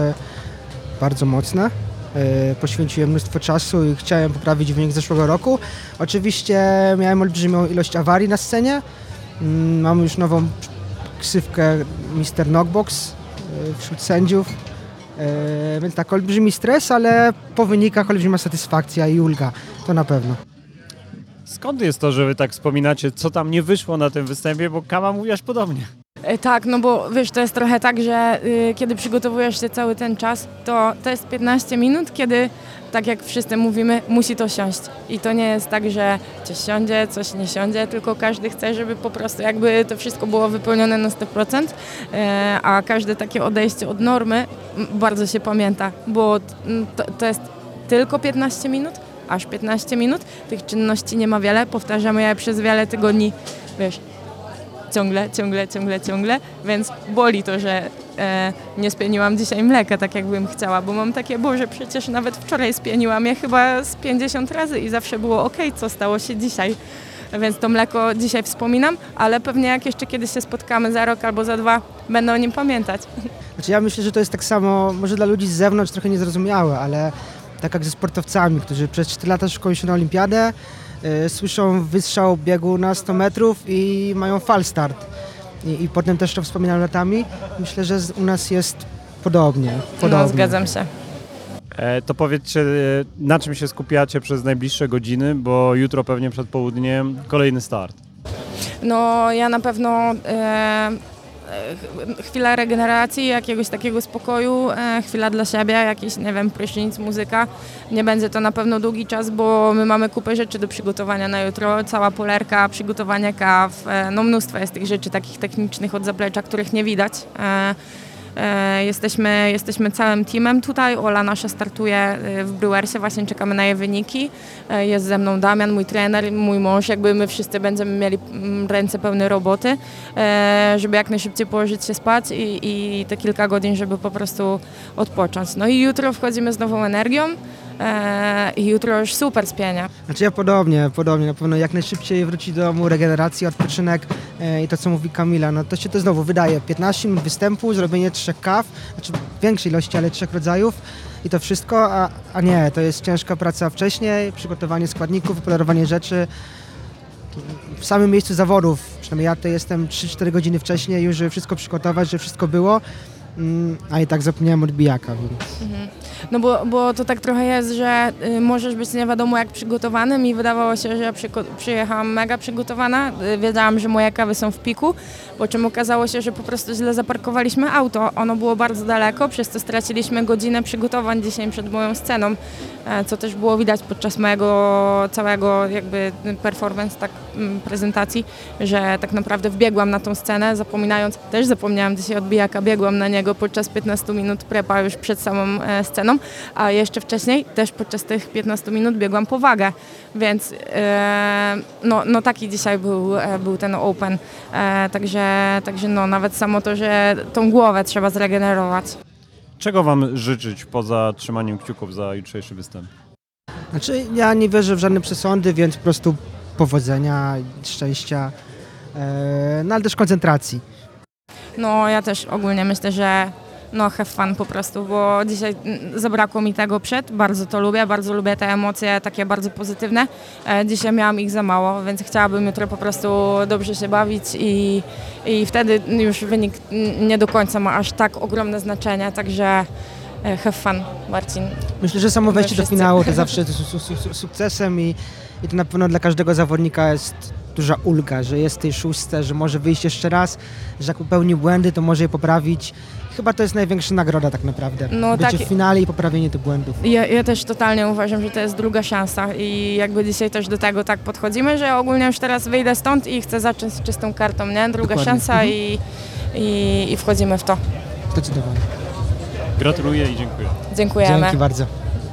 bardzo mocne. Poświęciłem mnóstwo czasu i chciałem poprawić wynik zeszłego roku. Oczywiście miałem olbrzymią ilość awarii na scenie. Mam już nową ksywkę mister Knockbox wśród sędziów. Więc tak, olbrzymi stres, ale po wynikach olbrzymia satysfakcja i ulga. To na pewno. Skąd jest to, że wy tak wspominacie, co tam nie wyszło na tym występie, bo Kama mówiłaś podobnie. Tak, no bo wiesz, to jest trochę tak, że y, kiedy przygotowujesz się cały ten czas, to to jest piętnaście minut, kiedy, tak jak wszyscy mówimy, musi to siąść. I to nie jest tak, że coś siądzie, coś nie siądzie, tylko każdy chce, żeby po prostu jakby to wszystko było wypełnione na sto procent, y, a każde takie odejście od normy bardzo się pamięta, bo to, to jest tylko piętnaście minut, aż piętnaście minut, tych czynności nie ma wiele, powtarzamy je przez wiele tygodni, wiesz, ciągle, ciągle, ciągle, ciągle, więc boli to, że e, nie spieniłam dzisiaj mleka tak, jakbym chciała, bo mam takie, Boże, przecież nawet wczoraj spieniłam je chyba z pięćdziesiąt razy i zawsze było okej, co stało się dzisiaj, więc to mleko dzisiaj wspominam, ale pewnie jak jeszcze kiedyś się spotkamy za rok albo za dwa, będę o nim pamiętać. Znaczy ja myślę, że to jest tak samo, może dla ludzi z zewnątrz trochę niezrozumiałe, ale tak jak ze sportowcami, którzy przez cztery lata szykują się na olimpiadę, y, słyszą wystrzał biegu na sto metrów i mają fal start. I, I potem też to wspominam latami. Myślę, że z, u nas jest podobnie. podobnie. No, zgadzam się. E, to powiedzcie, na czym się skupiacie przez najbliższe godziny, bo jutro pewnie przed południem kolejny start. No ja na pewno e, chwila regeneracji, jakiegoś takiego spokoju, e, chwila dla siebie, jakiś, nie wiem, prysznic, muzyka. Nie będzie to na pewno długi czas, bo my mamy kupę rzeczy do przygotowania na jutro, cała polerka, przygotowanie kaw, e, no mnóstwo jest tych rzeczy takich technicznych od zaplecza, których nie widać. E, e, jesteśmy, jesteśmy całym teamem tutaj, Ola nasza startuje w Brewersie, właśnie czekamy na jej wyniki. E, jest ze mną Damian, mój trener, mój mąż, jakby my wszyscy będziemy mieli ręce pełne roboty, e, żeby jak najszybciej położyć się spać i, i te kilka godzin, żeby po prostu odpocząć. No i jutro wchodzimy z nową energią. I jutro już super spienia. Znaczy ja podobnie, podobnie, na pewno jak najszybciej wrócić do domu, regeneracja, odpoczynek e, i to co mówi Kamila, no to się to znowu wydaje, piętnaście minut występu, zrobienie trzech kaw, znaczy większej ilości, ale trzech rodzajów i to wszystko, a, a nie, to jest ciężka praca wcześniej, przygotowanie składników, wypolerowanie rzeczy. W samym miejscu zawodów, przynajmniej ja to jestem trzy cztery godziny wcześniej już, żeby wszystko przygotować, żeby wszystko było. A i tak zapomniałem odbijaka. Więc. Mhm. No bo, bo to tak trochę jest, że y, możesz być nie wiadomo jak przygotowany. Mi wydawało się, że ja przyko- przyjechałam mega przygotowana. Y, wiedziałam, że moje kawy są w piku, po czym okazało się, że po prostu źle zaparkowaliśmy auto. Ono było bardzo daleko, przez co straciliśmy godzinę przygotowań dzisiaj przed moją sceną, e, co też było widać podczas mojego całego jakby performance, tak m, prezentacji, że tak naprawdę wbiegłam na tą scenę, zapominając, też zapomniałam dzisiaj odbijaka, biegłam na niego podczas piętnastu minut prepa już przed samą e, sceną, a jeszcze wcześniej też podczas tych piętnastu minut biegłam po wagę, więc e, no, no taki dzisiaj był, e, był ten open, e, także, także no nawet samo to, że tą głowę trzeba zregenerować. Czego wam życzyć poza trzymaniem kciuków za jutrzejszy występ? Znaczy ja nie wierzę w żadne przesądy, więc po prostu powodzenia, szczęścia, e, no ale też koncentracji. No ja też ogólnie myślę, że no have fun po prostu, bo dzisiaj zabrakło mi tego przed, bardzo to lubię, bardzo lubię te emocje takie bardzo pozytywne. Dzisiaj miałam ich za mało, więc chciałabym jutro po prostu dobrze się bawić i, i wtedy już wynik nie do końca ma aż tak ogromne znaczenie, także have fun, Marcin. Myślę, że samo wejście do finału to zawsze jest su- su- su- sukcesem i, i to na pewno dla każdego zawodnika jest duża ulga, że jest w tej szóstce, że może wyjść jeszcze raz, że jak popełni błędy, to może je poprawić. Chyba to jest największa nagroda tak naprawdę. No, Bycie tak. w finale i poprawienie tych błędów. Ja, ja też totalnie uważam, że to jest druga szansa i jakby dzisiaj też do tego tak podchodzimy, że ogólnie już teraz wyjdę stąd i chcę zacząć z czystą kartą, nie? Druga Dokładnie. szansa Mhm. i, i, i wchodzimy w to. Zdecydowanie. Gratuluję i dziękuję. Dziękujemy. Dzięki bardzo.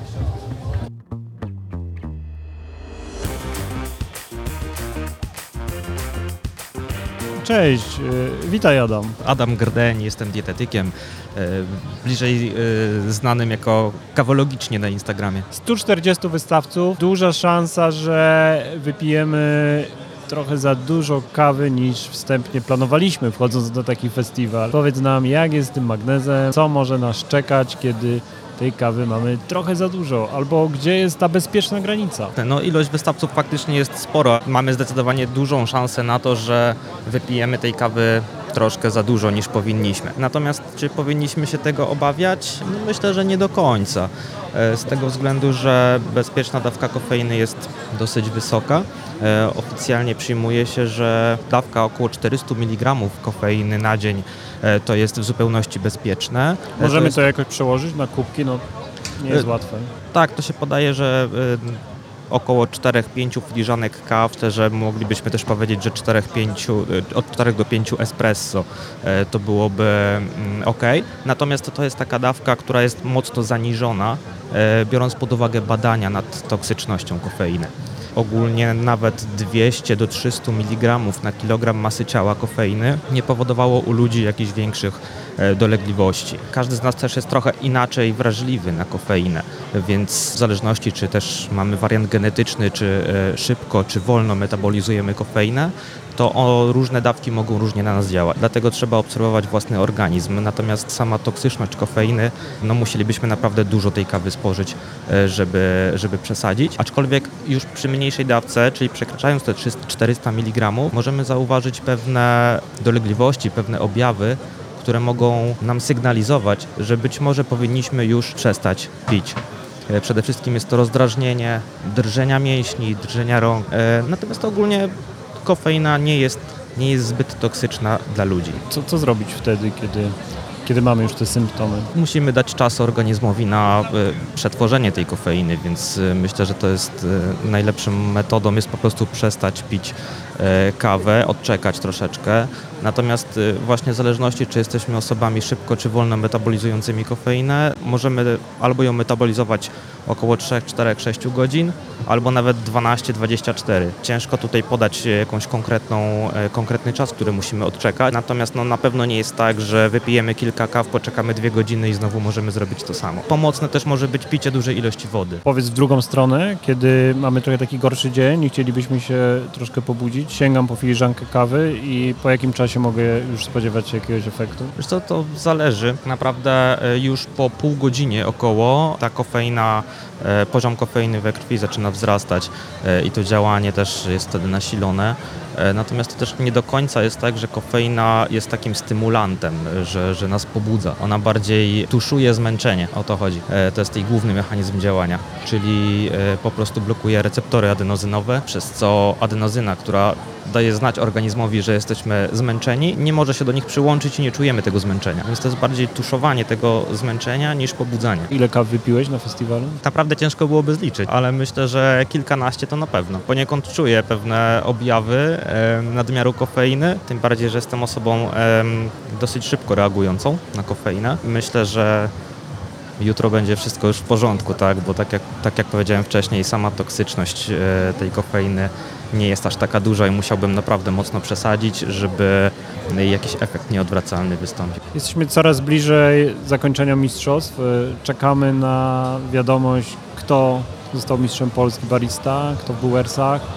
Cześć, y, witaj Adam. Adam Grdeń, jestem dietetykiem, e, bliżej e, znanym jako kawologicznie na Instagramie. stu czterdziestu wystawców, duża szansa, że wypijemy trochę za dużo kawy niż wstępnie planowaliśmy, wchodząc do taki festiwal. Powiedz nam, jak jest z tym magnezem, co może nas czekać, kiedy tej kawy mamy trochę za dużo, albo gdzie jest ta bezpieczna granica? No, ilość wystawców faktycznie jest sporo. Mamy zdecydowanie dużą szansę na to, że wypijemy tej kawy troszkę za dużo niż powinniśmy. Natomiast czy powinniśmy się tego obawiać? No, myślę, że nie do końca. E, Z tego względu, że bezpieczna dawka kofeiny jest dosyć wysoka. E, Oficjalnie przyjmuje się, że dawka około czterysta miligramów kofeiny na dzień e, to jest w zupełności bezpieczne. E, Możemy to, jest... to jakoś przełożyć na kubki? No nie jest E, łatwe. Tak, to się podaje, że y, około cztery pięć filiżanek kaw, że moglibyśmy też powiedzieć, że cztery pięć, y, od czterech do pięciu espresso y, to byłoby y, ok. Natomiast to, to jest taka dawka, która jest mocno zaniżona, y, biorąc pod uwagę badania nad toksycznością kofeiny. Ogólnie nawet dwieście do trzystu miligramów na kilogram masy ciała kofeiny nie powodowało u ludzi jakichś większych e, dolegliwości. Każdy z nas też jest trochę inaczej wrażliwy na kofeinę, więc w zależności czy też mamy wariant genetyczny, czy e, szybko, czy wolno metabolizujemy kofeinę, to o, różne dawki mogą różnie na nas działać. Dlatego trzeba obserwować własny organizm. Natomiast sama toksyczność kofeiny, no musielibyśmy naprawdę dużo tej kawy spożyć, e, żeby, żeby przesadzić. Aczkolwiek już przy mniejszej dawce, czyli przekraczając te czterysta miligramów, możemy zauważyć pewne dolegliwości, pewne objawy, które mogą nam sygnalizować, że być może powinniśmy już przestać pić. E, Przede wszystkim jest to rozdrażnienie, drżenia mięśni, drżenia rąk. E, Natomiast ogólnie kofeina nie jest, nie jest zbyt toksyczna dla ludzi. Co, co zrobić wtedy, kiedy, kiedy mamy już te symptomy? Musimy dać czas organizmowi na y, przetworzenie tej kofeiny, więc y, myślę, że to jest y, najlepszą metodą jest po prostu przestać pić y, kawę, odczekać troszeczkę. Natomiast y, właśnie w zależności, czy jesteśmy osobami szybko czy wolno metabolizującymi kofeinę, możemy albo ją metabolizować około trzy, cztery, sześć godzin, albo nawet dwanaście dwadzieścia cztery. Ciężko tutaj podać jakąś konkretną, e, konkretny czas, który musimy odczekać. Natomiast no, na pewno nie jest tak, że wypijemy kilka kaw, poczekamy dwie godziny i znowu możemy zrobić to samo. Pomocne też może być picie dużej ilości wody. Powiedz w drugą stronę, kiedy mamy trochę taki gorszy dzień i chcielibyśmy się troszkę pobudzić, sięgam po filiżankę kawy i po jakim czasie mogę już spodziewać się jakiegoś efektu? Wiesz co, to zależy. Naprawdę e, już po pół godzinie około ta kofeina, e, poziom kofeiny we krwi zaczyna wzrastać e, i to działanie też jest wtedy nasilone. E, Natomiast to też nie do końca jest tak, że kofeina jest takim stymulantem, że, że nas pobudza. Ona bardziej tuszuje zmęczenie, o to chodzi. E, To jest jej główny mechanizm działania, czyli e, po prostu blokuje receptory adenozynowe, przez co adenozyna, która daje znać organizmowi, że jesteśmy zmęczeni, nie może się do nich przyłączyć i nie czujemy tego zmęczenia. Więc to jest bardziej tuszowanie tego zmęczenia niż pobudzanie. Ile kaw wypiłeś na festiwalu? Naprawdę ciężko byłoby zliczyć, ale myślę, że kilkanaście to na pewno. Poniekąd czuję pewne objawy e, nadmiaru kofeiny, tym bardziej, że jestem osobą e, dosyć szybko reagującą na kofeinę. Myślę, że jutro będzie wszystko już w porządku, tak? Bo tak jak, tak jak powiedziałem wcześniej, sama toksyczność e, tej kofeiny nie jest aż taka duża i musiałbym naprawdę mocno przesadzić, żeby jakiś efekt nieodwracalny wystąpił. Jesteśmy coraz bliżej zakończenia mistrzostw. Czekamy na wiadomość, kto został mistrzem Polski barista, kto w Brewersach.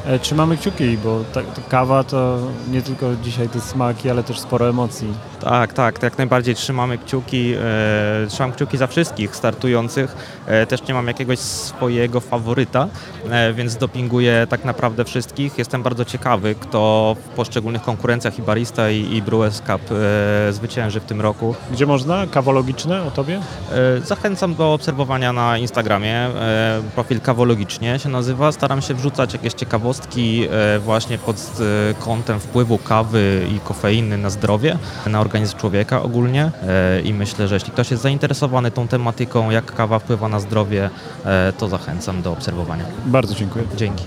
E, trzymamy kciuki, bo ta, ta kawa to nie tylko dzisiaj te smaki, ale też sporo emocji. Tak, tak, jak najbardziej trzymamy kciuki, e, trzymam kciuki za wszystkich startujących. E, też nie mam jakiegoś swojego faworyta, e, więc dopinguję tak naprawdę wszystkich. Jestem bardzo ciekawy, kto w poszczególnych konkurencjach i barista i, i Brewers Cup e, zwycięży w tym roku. Gdzie można? Kawologiczne o tobie? E, zachęcam do obserwowania na Instagramie. E, profil Kawologicznie się nazywa. Staram się wrzucać jakieś ciekawostki e, właśnie pod e, kątem wpływu kawy i kofeiny na zdrowie, na organizm człowieka ogólnie e, i myślę, że jeśli ktoś jest zainteresowany tą tematyką, jak kawa wpływa na zdrowie, e, to zachęcam do obserwowania. Bardzo dziękuję. Dzięki.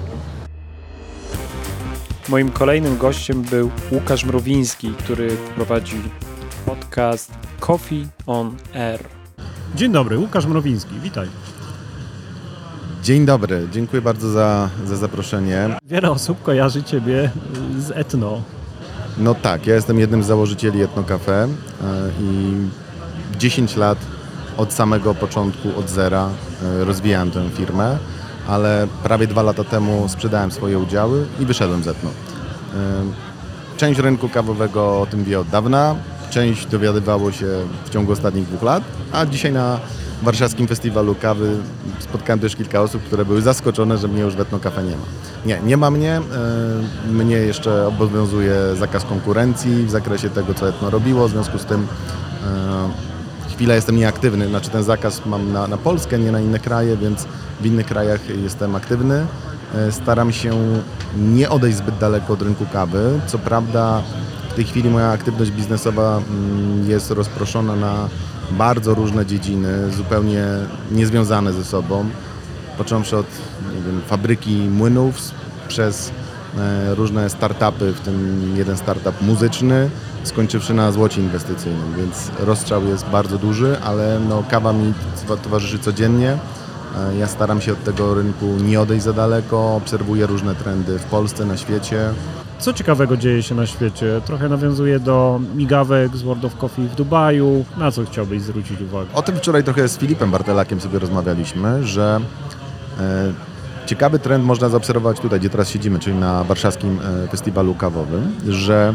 Moim kolejnym gościem był Łukasz Mrowiński, który prowadzi podcast Coffee on Air. Dzień dobry, Łukasz Mrowiński, witaj. Dzień dobry, dziękuję bardzo za, za zaproszenie. Wiele osób kojarzy Ciebie z Etno. No tak, ja jestem jednym z założycieli Etno Cafe i dziesięć lat od samego początku, od zera rozwijałem tę firmę, ale prawie dwa lata temu sprzedałem swoje udziały i wyszedłem z Etno. Część rynku kawowego o tym wie od dawna, część dowiadywało się w ciągu ostatnich dwóch lat, a dzisiaj na warszawskim festiwalu kawy spotkałem też kilka osób, które były zaskoczone, że mnie już w Etno Cafe nie ma. Nie, nie ma mnie. Mnie jeszcze obowiązuje zakaz konkurencji w zakresie tego, co Etno robiło. W związku z tym chwilę jestem nieaktywny. Znaczy ten zakaz mam na, na Polskę, nie na inne kraje, więc w innych krajach jestem aktywny. Staram się nie odejść zbyt daleko od rynku kawy. Co prawda w tej chwili moja aktywność biznesowa jest rozproszona na bardzo różne dziedziny, zupełnie niezwiązane ze sobą, począwszy od nie wiem, fabryki młynów, przez e, różne startupy, w tym jeden startup muzyczny, skończywszy na złocie inwestycyjnym, więc rozstrzał jest bardzo duży, ale no, kawa mi towarzyszy codziennie. E, ja staram się od tego rynku nie odejść za daleko, obserwuję różne trendy w Polsce, na świecie. Co ciekawego dzieje się na świecie? Trochę nawiązuje do migawek z World of Coffee w Dubaju. Na co chciałbyś zwrócić uwagę? O tym wczoraj trochę z Filipem Bartelakiem sobie rozmawialiśmy, że e, ciekawy trend można zaobserwować tutaj, gdzie teraz siedzimy, czyli na warszawskim e, festiwalu kawowym, że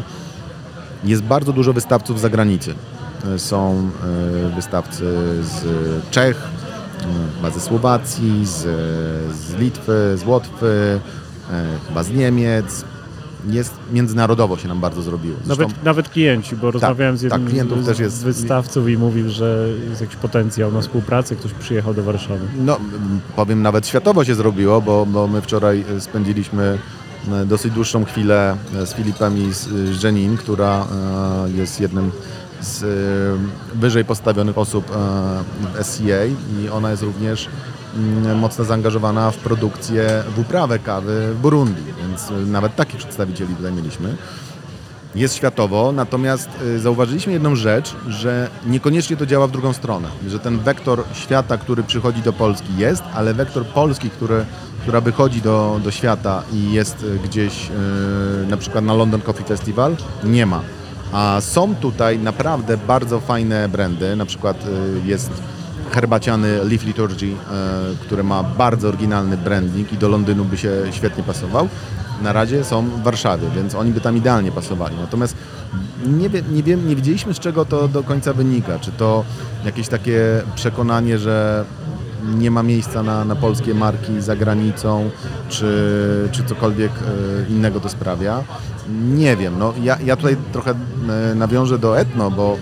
jest bardzo dużo wystawców z zagranicy. E, są e, wystawcy z Czech, e, chyba ze Słowacji, z, z Litwy, z Łotwy, e, chyba z Niemiec. Jest międzynarodowo się nam bardzo zrobiło. Zresztą, nawet, nawet klienci, bo tak, rozmawiałem z jednym tak, klientów z, też jest... z wystawców i mówił, że jest jakiś potencjał na współpracę, ktoś przyjechał do Warszawy. No, powiem, nawet światowo się zrobiło, bo, bo my wczoraj spędziliśmy dosyć dłuższą chwilę z Filipem i z Jenin, która jest jednym z wyżej postawionych osób w S C A i ona jest również mocno zaangażowana w produkcję, w uprawę kawy w Burundi, więc nawet takich przedstawicieli tutaj mieliśmy. Jest światowo, natomiast zauważyliśmy jedną rzecz, że niekoniecznie to działa w drugą stronę, że ten wektor świata, który przychodzi do Polski jest, ale wektor Polski, który, która wychodzi do, do świata i jest gdzieś yy, na przykład na London Coffee Festival, nie ma. A są tutaj naprawdę bardzo fajne brandy, na przykład yy, jest herbaciany Leaf Liturgy, yy, który ma bardzo oryginalny branding i do Londynu by się świetnie pasował. Na razie są w Warszawie, więc oni by tam idealnie pasowali. Natomiast nie, wie, nie, wiem, nie wiedzieliśmy, z czego to do końca wynika. Czy to jakieś takie przekonanie, że nie ma miejsca na, na polskie marki za granicą, czy, czy cokolwiek innego to sprawia. Nie wiem. No, ja, ja tutaj trochę nawiążę do Etno, bo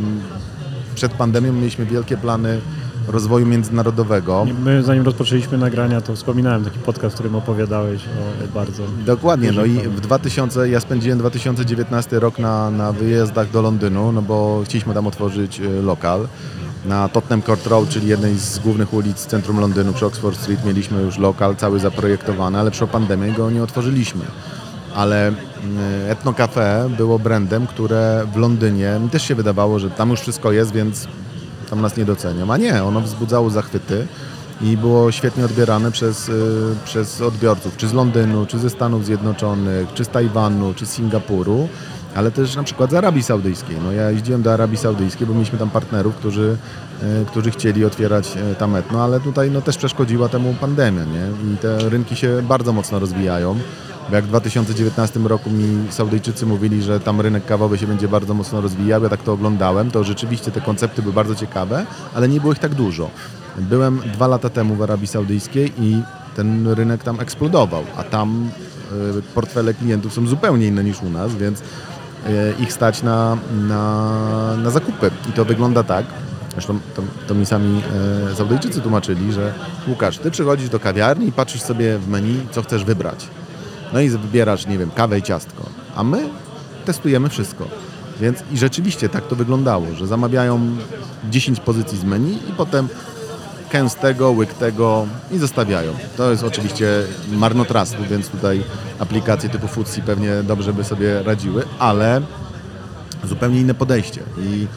przed pandemią mieliśmy wielkie plany rozwoju międzynarodowego. My zanim rozpoczęliśmy nagrania, to wspominałem taki podcast, w którym opowiadałeś o bardzo... Dokładnie, no i w dwa tysiące, ja spędziłem dwa tysiące dziewiętnasty rok na, na wyjazdach do Londynu, no bo chcieliśmy tam otworzyć lokal. Na Tottenham Court Road, czyli jednej z głównych ulic centrum Londynu, przy Oxford Street, mieliśmy już lokal cały zaprojektowany, ale przy pandemii go nie otworzyliśmy. Ale Etno Cafe było brandem, które w Londynie, mi też się wydawało, że tam już wszystko jest, więc tam nas nie docenią. A nie, ono wzbudzało zachwyty i było świetnie odbierane przez, przez odbiorców, czy z Londynu, czy ze Stanów Zjednoczonych, czy z Tajwanu, czy z Singapuru, ale też na przykład z Arabii Saudyjskiej. No ja jeździłem do Arabii Saudyjskiej, bo mieliśmy tam partnerów, którzy, którzy chcieli otwierać tam Etno, ale tutaj no, też przeszkodziła temu pandemia, nie? I te rynki się bardzo mocno rozwijają. Bo jak w dwa tysiące dziewiętnastym roku mi Saudyjczycy mówili, że tam rynek kawowy się będzie bardzo mocno rozwijał, ja tak to oglądałem, to rzeczywiście te koncepty były bardzo ciekawe, ale nie było ich tak dużo. Byłem dwa lata temu w Arabii Saudyjskiej i ten rynek tam eksplodował, a tam y, portfele klientów są zupełnie inne niż u nas, więc y, ich stać na, na, na zakupy. I to wygląda tak, zresztą to, to mi sami y, Saudyjczycy tłumaczyli, że Łukasz, ty przychodzisz do kawiarni i patrzysz sobie w menu, co chcesz wybrać. No i wybierasz, nie wiem, kawę i ciastko, a my testujemy wszystko. Więc i rzeczywiście tak to wyglądało, że zamawiają dziesięć pozycji z menu i potem kęs tego, łyk tego i zostawiają. To jest oczywiście marnotrawstwo, więc tutaj aplikacje typu Foodsie pewnie dobrze by sobie radziły, ale zupełnie inne podejście. I,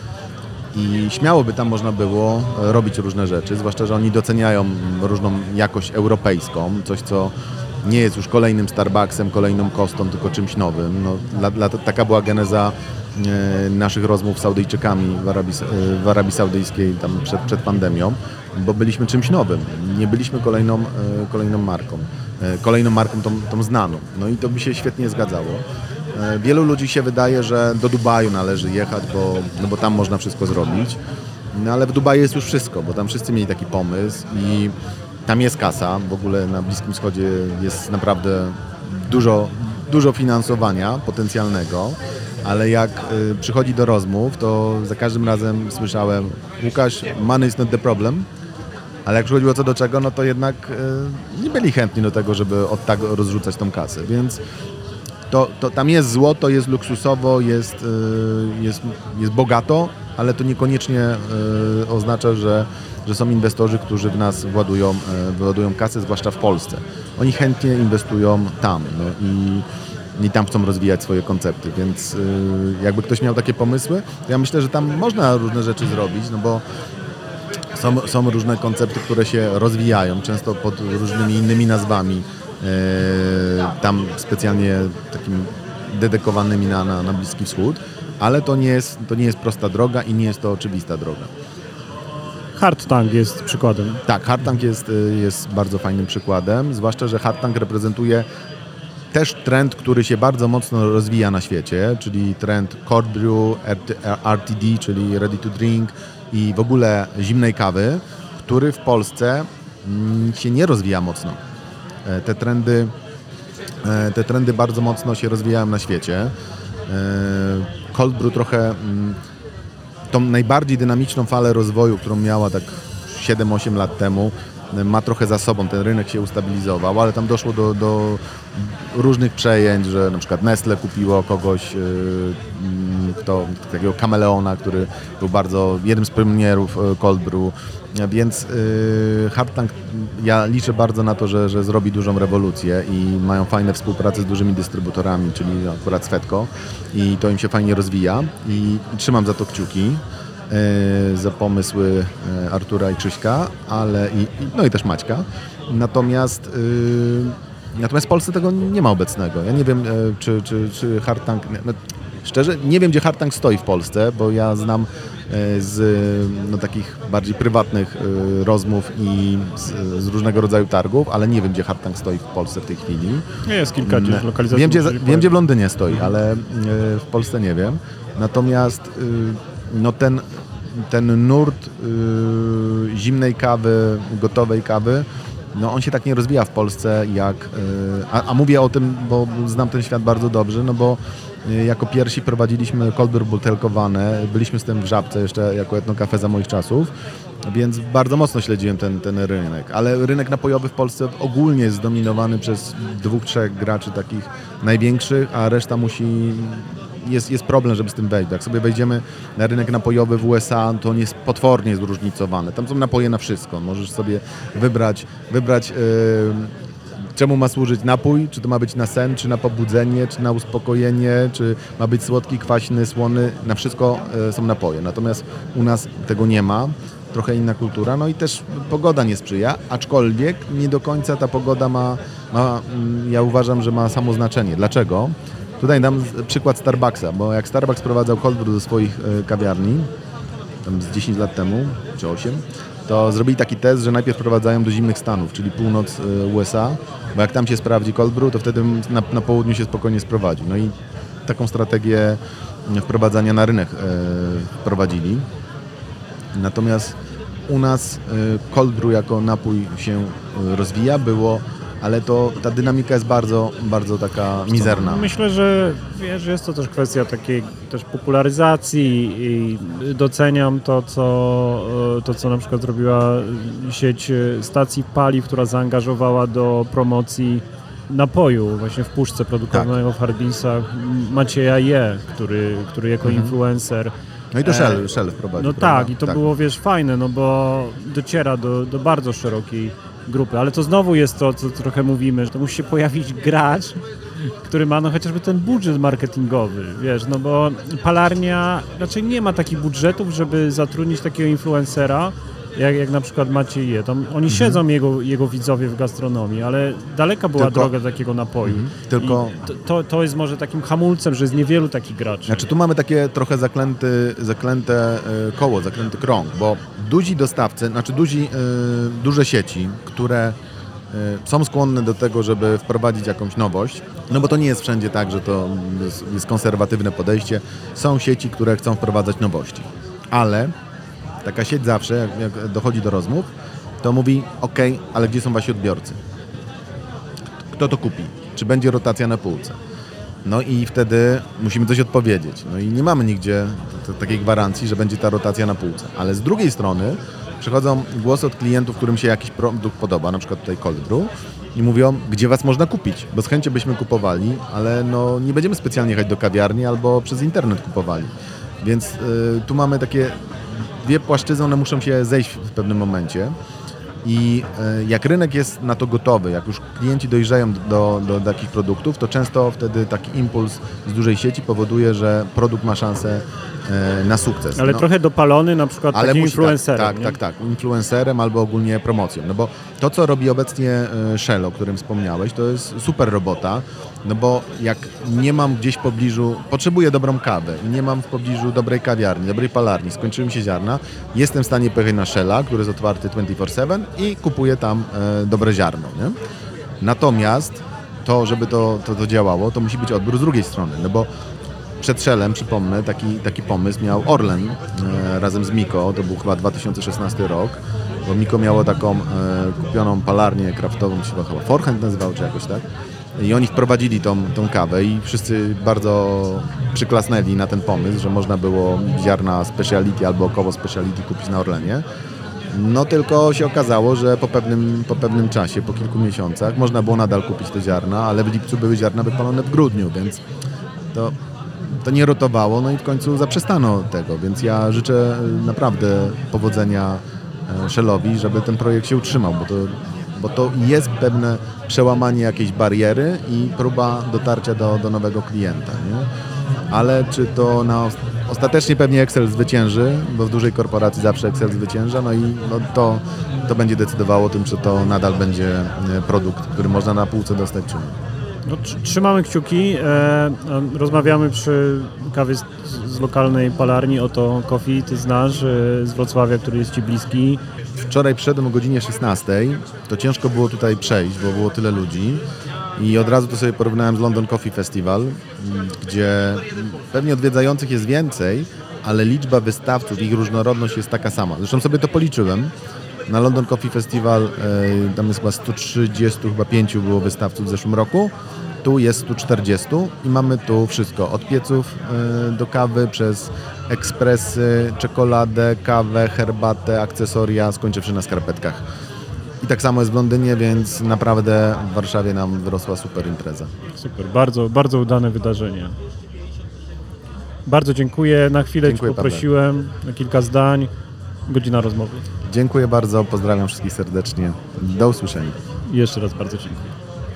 i śmiało by tam można było robić różne rzeczy, zwłaszcza, że oni doceniają różną jakość europejską, coś co nie jest już kolejnym Starbucksem, kolejną Kostą, tylko czymś nowym. No, dla, dla, taka była geneza e, naszych rozmów z Saudyjczykami w Arabii, e, w Arabii Saudyjskiej tam przed, przed pandemią, bo byliśmy czymś nowym. Nie byliśmy kolejną, e, kolejną marką. E, kolejną marką tą, tą znaną. No i to by się świetnie zgadzało. E, wielu ludzi się wydaje, że do Dubaju należy jechać, bo, no bo tam można wszystko zrobić. No ale w Dubaju jest już wszystko, bo tam wszyscy mieli taki pomysł i tam jest kasa, w ogóle na Bliskim Wschodzie jest naprawdę dużo, dużo finansowania potencjalnego, ale jak y, przychodzi do rozmów, to za każdym razem słyszałem: Łukasz, money is not the problem, ale jak przychodziło co do czego, no to jednak y, nie byli chętni do tego, żeby od tak rozrzucać tą kasę, więc to, to tam jest złoto, jest luksusowo, jest, y, jest, jest bogato, ale to niekoniecznie y, oznacza, że że są inwestorzy, którzy w nas władują, władują kasę, zwłaszcza w Polsce. Oni chętnie inwestują tam, no i, i tam chcą rozwijać swoje koncepty, więc yy, jakby ktoś miał takie pomysły, to ja myślę, że tam można różne rzeczy zrobić, no bo są, są różne koncepty, które się rozwijają, często pod różnymi innymi nazwami, yy, tam specjalnie takim dedykowanymi na, na, na Bliski Wschód, ale to nie jest, to nie jest prosta droga i nie jest to oczywista droga. Hard Tank jest przykładem. Tak, Hard Tank jest, jest bardzo fajnym przykładem, zwłaszcza, że Hard Tank reprezentuje też trend, który się bardzo mocno rozwija na świecie, czyli trend cold brew, R T D, czyli ready to drink i w ogóle zimnej kawy, który w Polsce się nie rozwija mocno. Te trendy, te trendy bardzo mocno się rozwijają na świecie. Cold brew trochę tą najbardziej dynamiczną falę rozwoju, którą miała tak siedem osiem lat temu, ma trochę za sobą. Ten rynek się ustabilizował, ale tam doszło do, do różnych przejęć, że na przykład Nestle kupiło kogoś, yy, kto, takiego kameleona, który był bardzo jednym z pionierów cold brew, więc yy, Hard Tank, ja liczę bardzo na to, że, że zrobi dużą rewolucję i mają fajne współprace z dużymi dystrybutorami, czyli akurat z Fedco, i to im się fajnie rozwija i, i trzymam za to kciuki. Za pomysły Artura i Krzyśka, ale i, no i też Maćka. Natomiast, yy, natomiast w Polsce tego nie ma obecnego. Ja nie wiem, yy, czy, czy, czy Hard Tank... No, szczerze, nie wiem, gdzie Hard Tank stoi w Polsce, bo ja znam yy, z no, takich bardziej prywatnych yy, rozmów i z, z różnego rodzaju targów, ale nie wiem, gdzie Hard Tank stoi w Polsce w tej chwili. Jest kilka gdzieś lokalizacji. Wiem, gdzie, wiem, gdzie w Londynie stoi, ale yy, w Polsce nie wiem. Natomiast yy, no ten ten nurt yy, zimnej kawy, gotowej kawy, no on się tak nie rozwija w Polsce jak, yy, a, a mówię o tym, bo znam ten świat bardzo dobrze, no bo yy, jako pierwsi prowadziliśmy cold brew butelkowane, byliśmy z tym w Żabce jeszcze jako Etno Cafe za moich czasów, więc bardzo mocno śledziłem ten, ten rynek, ale rynek napojowy w Polsce ogólnie jest zdominowany przez dwóch, trzech graczy takich największych, a reszta musi... Jest, jest problem, żeby z tym wejść. Jak sobie wejdziemy na rynek napojowy w U S A, to on jest potwornie zróżnicowany. Tam są napoje na wszystko. Możesz sobie wybrać, wybrać yy, czemu ma służyć napój, czy to ma być na sen, czy na pobudzenie, czy na uspokojenie, czy ma być słodki, kwaśny, słony. Na wszystko yy, są napoje. Natomiast u nas tego nie ma. Trochę inna kultura, no i też pogoda nie sprzyja, aczkolwiek nie do końca ta pogoda ma, ma ja uważam, że ma samo znaczenie. Dlaczego? Tutaj dam przykład Starbucksa, bo jak Starbucks sprowadzał cold brew do swoich kawiarni, tam z dziesięć lat temu, czy osiem, to zrobili taki test, że najpierw wprowadzają do zimnych stanów, czyli północ U S A, bo jak tam się sprawdzi cold brew, to wtedy na, na południu się spokojnie sprowadzi. No i taką strategię wprowadzania na rynek wprowadzili. Natomiast u nas cold brew jako napój się rozwija, było, ale to ta dynamika jest bardzo, bardzo taka mizerna. Myślę, że wiesz, jest to też kwestia takiej też popularyzacji i doceniam to, co, to, co na przykład zrobiła sieć stacji paliw, która zaangażowała do promocji napoju właśnie w puszce produkowanego tak. w Harbinsach Macieja Je, który, który jako mhm. influencer. No i to Shell, e, Shell wprowadził. No prawda? Tak, i to tak. było, wiesz, fajne, no bo dociera do, do bardzo szerokiej grupy, ale to znowu jest to, co trochę mówimy, że to musi się pojawić gracz, który ma no chociażby ten budżet marketingowy, wiesz, no bo palarnia raczej nie ma takich budżetów, żeby zatrudnić takiego influencera, jak, jak na przykład Maciej Je. Tam oni mhm. siedzą, jego, jego widzowie w gastronomii, ale daleka była tylko, droga do takiego napoju. Mhm. Tylko to, to, to jest może takim hamulcem, że jest niewielu takich graczy. Znaczy tu mamy takie trochę zaklęty, zaklęte koło, zaklęty krąg, bo duzi dostawcy, znaczy duzi, yy, duże sieci, które yy, są skłonne do tego, żeby wprowadzić jakąś nowość, no bo to nie jest wszędzie tak, że to jest, jest konserwatywne podejście. Są sieci, które chcą wprowadzać nowości, ale taka sieć zawsze, jak, jak dochodzi do rozmów, to mówi, ok, ale gdzie są wasi odbiorcy? Kto to kupi? Czy będzie rotacja na półce? No i wtedy musimy coś odpowiedzieć. No i nie mamy nigdzie t- t- takiej gwarancji, że będzie ta rotacja na półce. Ale z drugiej strony przychodzą głosy od klientów, którym się jakiś produkt podoba, na przykład tutaj cold brew, i mówią, gdzie was można kupić, bo z chęcią byśmy kupowali, ale no nie będziemy specjalnie jechać do kawiarni albo przez internet kupowali. Więc y, tu mamy takie dwie płaszczyzny, one muszą się zejść w pewnym momencie i jak rynek jest na to gotowy, jak już klienci dojrzeją do, do, do takich produktów, to często wtedy taki impuls z dużej sieci powoduje, że produkt ma szansę na sukces. Ale no, trochę dopalony na przykład ale takim musi, influencerem. Tak, tak, tak, tak, influencerem albo ogólnie promocją. No bo to, co robi obecnie Shell, o którym wspomniałeś, to jest super robota, no bo jak nie mam gdzieś w pobliżu, potrzebuję dobrą kawę i nie mam w pobliżu dobrej kawiarni, dobrej palarni, skończyły mi się ziarna, jestem w stanie pojechać na Shella, który jest otwarty dwadzieścia cztery siedem i kupuję tam e, dobre ziarno, nie? Natomiast to, żeby to, to, to działało, to musi być odbiór z drugiej strony, no bo przed Shellem, przypomnę, taki, taki pomysł miał Orlen e, razem z Miko, to był chyba dwa tysiące szesnasty rok, bo Miko miało taką e, kupioną palarnię kraftową, się chyba Forehand nazywał, czy jakoś tak, i oni wprowadzili tą, tą kawę i wszyscy bardzo przyklasnęli na ten pomysł, że można było ziarna speciality albo około speciality kupić na Orlenie. No tylko się okazało, że po pewnym, po pewnym czasie, po kilku miesiącach można było nadal kupić te ziarna, ale w lipcu były ziarna wypalone w grudniu, więc to, to nie rotowało, no i w końcu zaprzestano tego, więc ja życzę naprawdę powodzenia Shellowi, żeby ten projekt się utrzymał, bo to, bo to jest pewne przełamanie jakiejś bariery i próba dotarcia do, do nowego klienta, nie? Ale czy to na ostatecznie pewnie Excel zwycięży, bo w dużej korporacji zawsze Excel zwycięża, no i no to, to będzie decydowało o tym, czy to nadal będzie produkt, który można na półce dostać, czy nie. No, trzymamy kciuki, e, rozmawiamy przy kawie z, z lokalnej palarni, oto Coffee, ty znasz, e, z Wrocławia, który jest ci bliski. Wczoraj przyszedłem o godzinie szesnastej, to ciężko było tutaj przejść, bo było tyle ludzi i od razu to sobie porównałem z London Coffee Festival, gdzie pewnie odwiedzających jest więcej, ale liczba wystawców, ich różnorodność jest taka sama. Zresztą sobie to policzyłem. Na London Coffee Festival tam jest chyba sto trzydzieści pięć było wystawców w zeszłym roku, tu jest sto czterdzieści i mamy tu wszystko, od pieców do kawy, przez ekspresy, czekoladę, kawę, herbatę, akcesoria, skończywszy na skarpetkach. I tak samo jest w Londynie, więc naprawdę w Warszawie nam wyrosła super impreza. Super, bardzo, bardzo udane wydarzenie. Bardzo dziękuję, na chwilę Cię poprosiłem, Paweł, na kilka zdań, godzina rozmowy. Dziękuję bardzo, pozdrawiam wszystkich serdecznie. Do usłyszenia. I jeszcze raz bardzo dziękuję.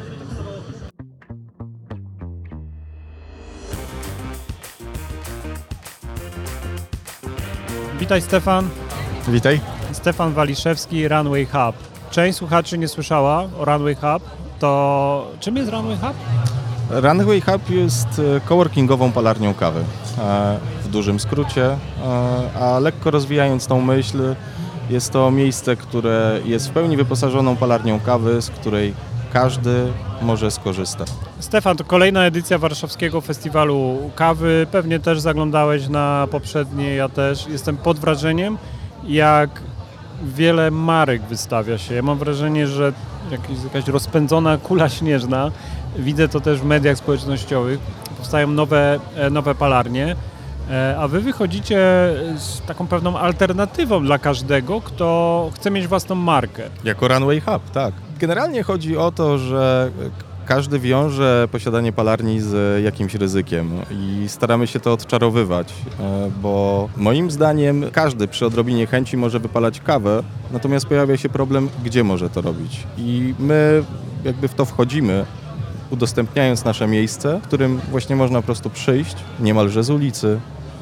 Witaj Stefan. Witaj. Stefan Waliszewski, Runway Hub. Część słuchaczy nie słyszała o Runway Hub. To czym jest Runway Hub? Runway Hub jest coworkingową palarnią kawy. W dużym skrócie, a lekko rozwijając tą myśl, Jest to miejsce, które jest w pełni wyposażoną palarnią kawy, z której każdy może skorzystać. Stefan, to kolejna edycja Warszawskiego Festiwalu Kawy. Pewnie też zaglądałeś na poprzednie, ja też. Jestem pod wrażeniem, jak wiele marek wystawia się. Ja mam wrażenie, że jakaś, jakaś rozpędzona kula śnieżna. Widzę to też w mediach społecznościowych. Powstają nowe, nowe palarnie, a wy wychodzicie z taką pewną alternatywą dla każdego, kto chce mieć własną markę. Jako Runway Hub, tak. Generalnie chodzi o to, że każdy wiąże posiadanie palarni z jakimś ryzykiem i staramy się to odczarowywać, bo moim zdaniem każdy przy odrobinie chęci może wypalać kawę, natomiast pojawia się problem, gdzie może to robić. I my jakby w to wchodzimy, udostępniając nasze miejsce, w którym właśnie można po prostu przyjść niemalże z ulicy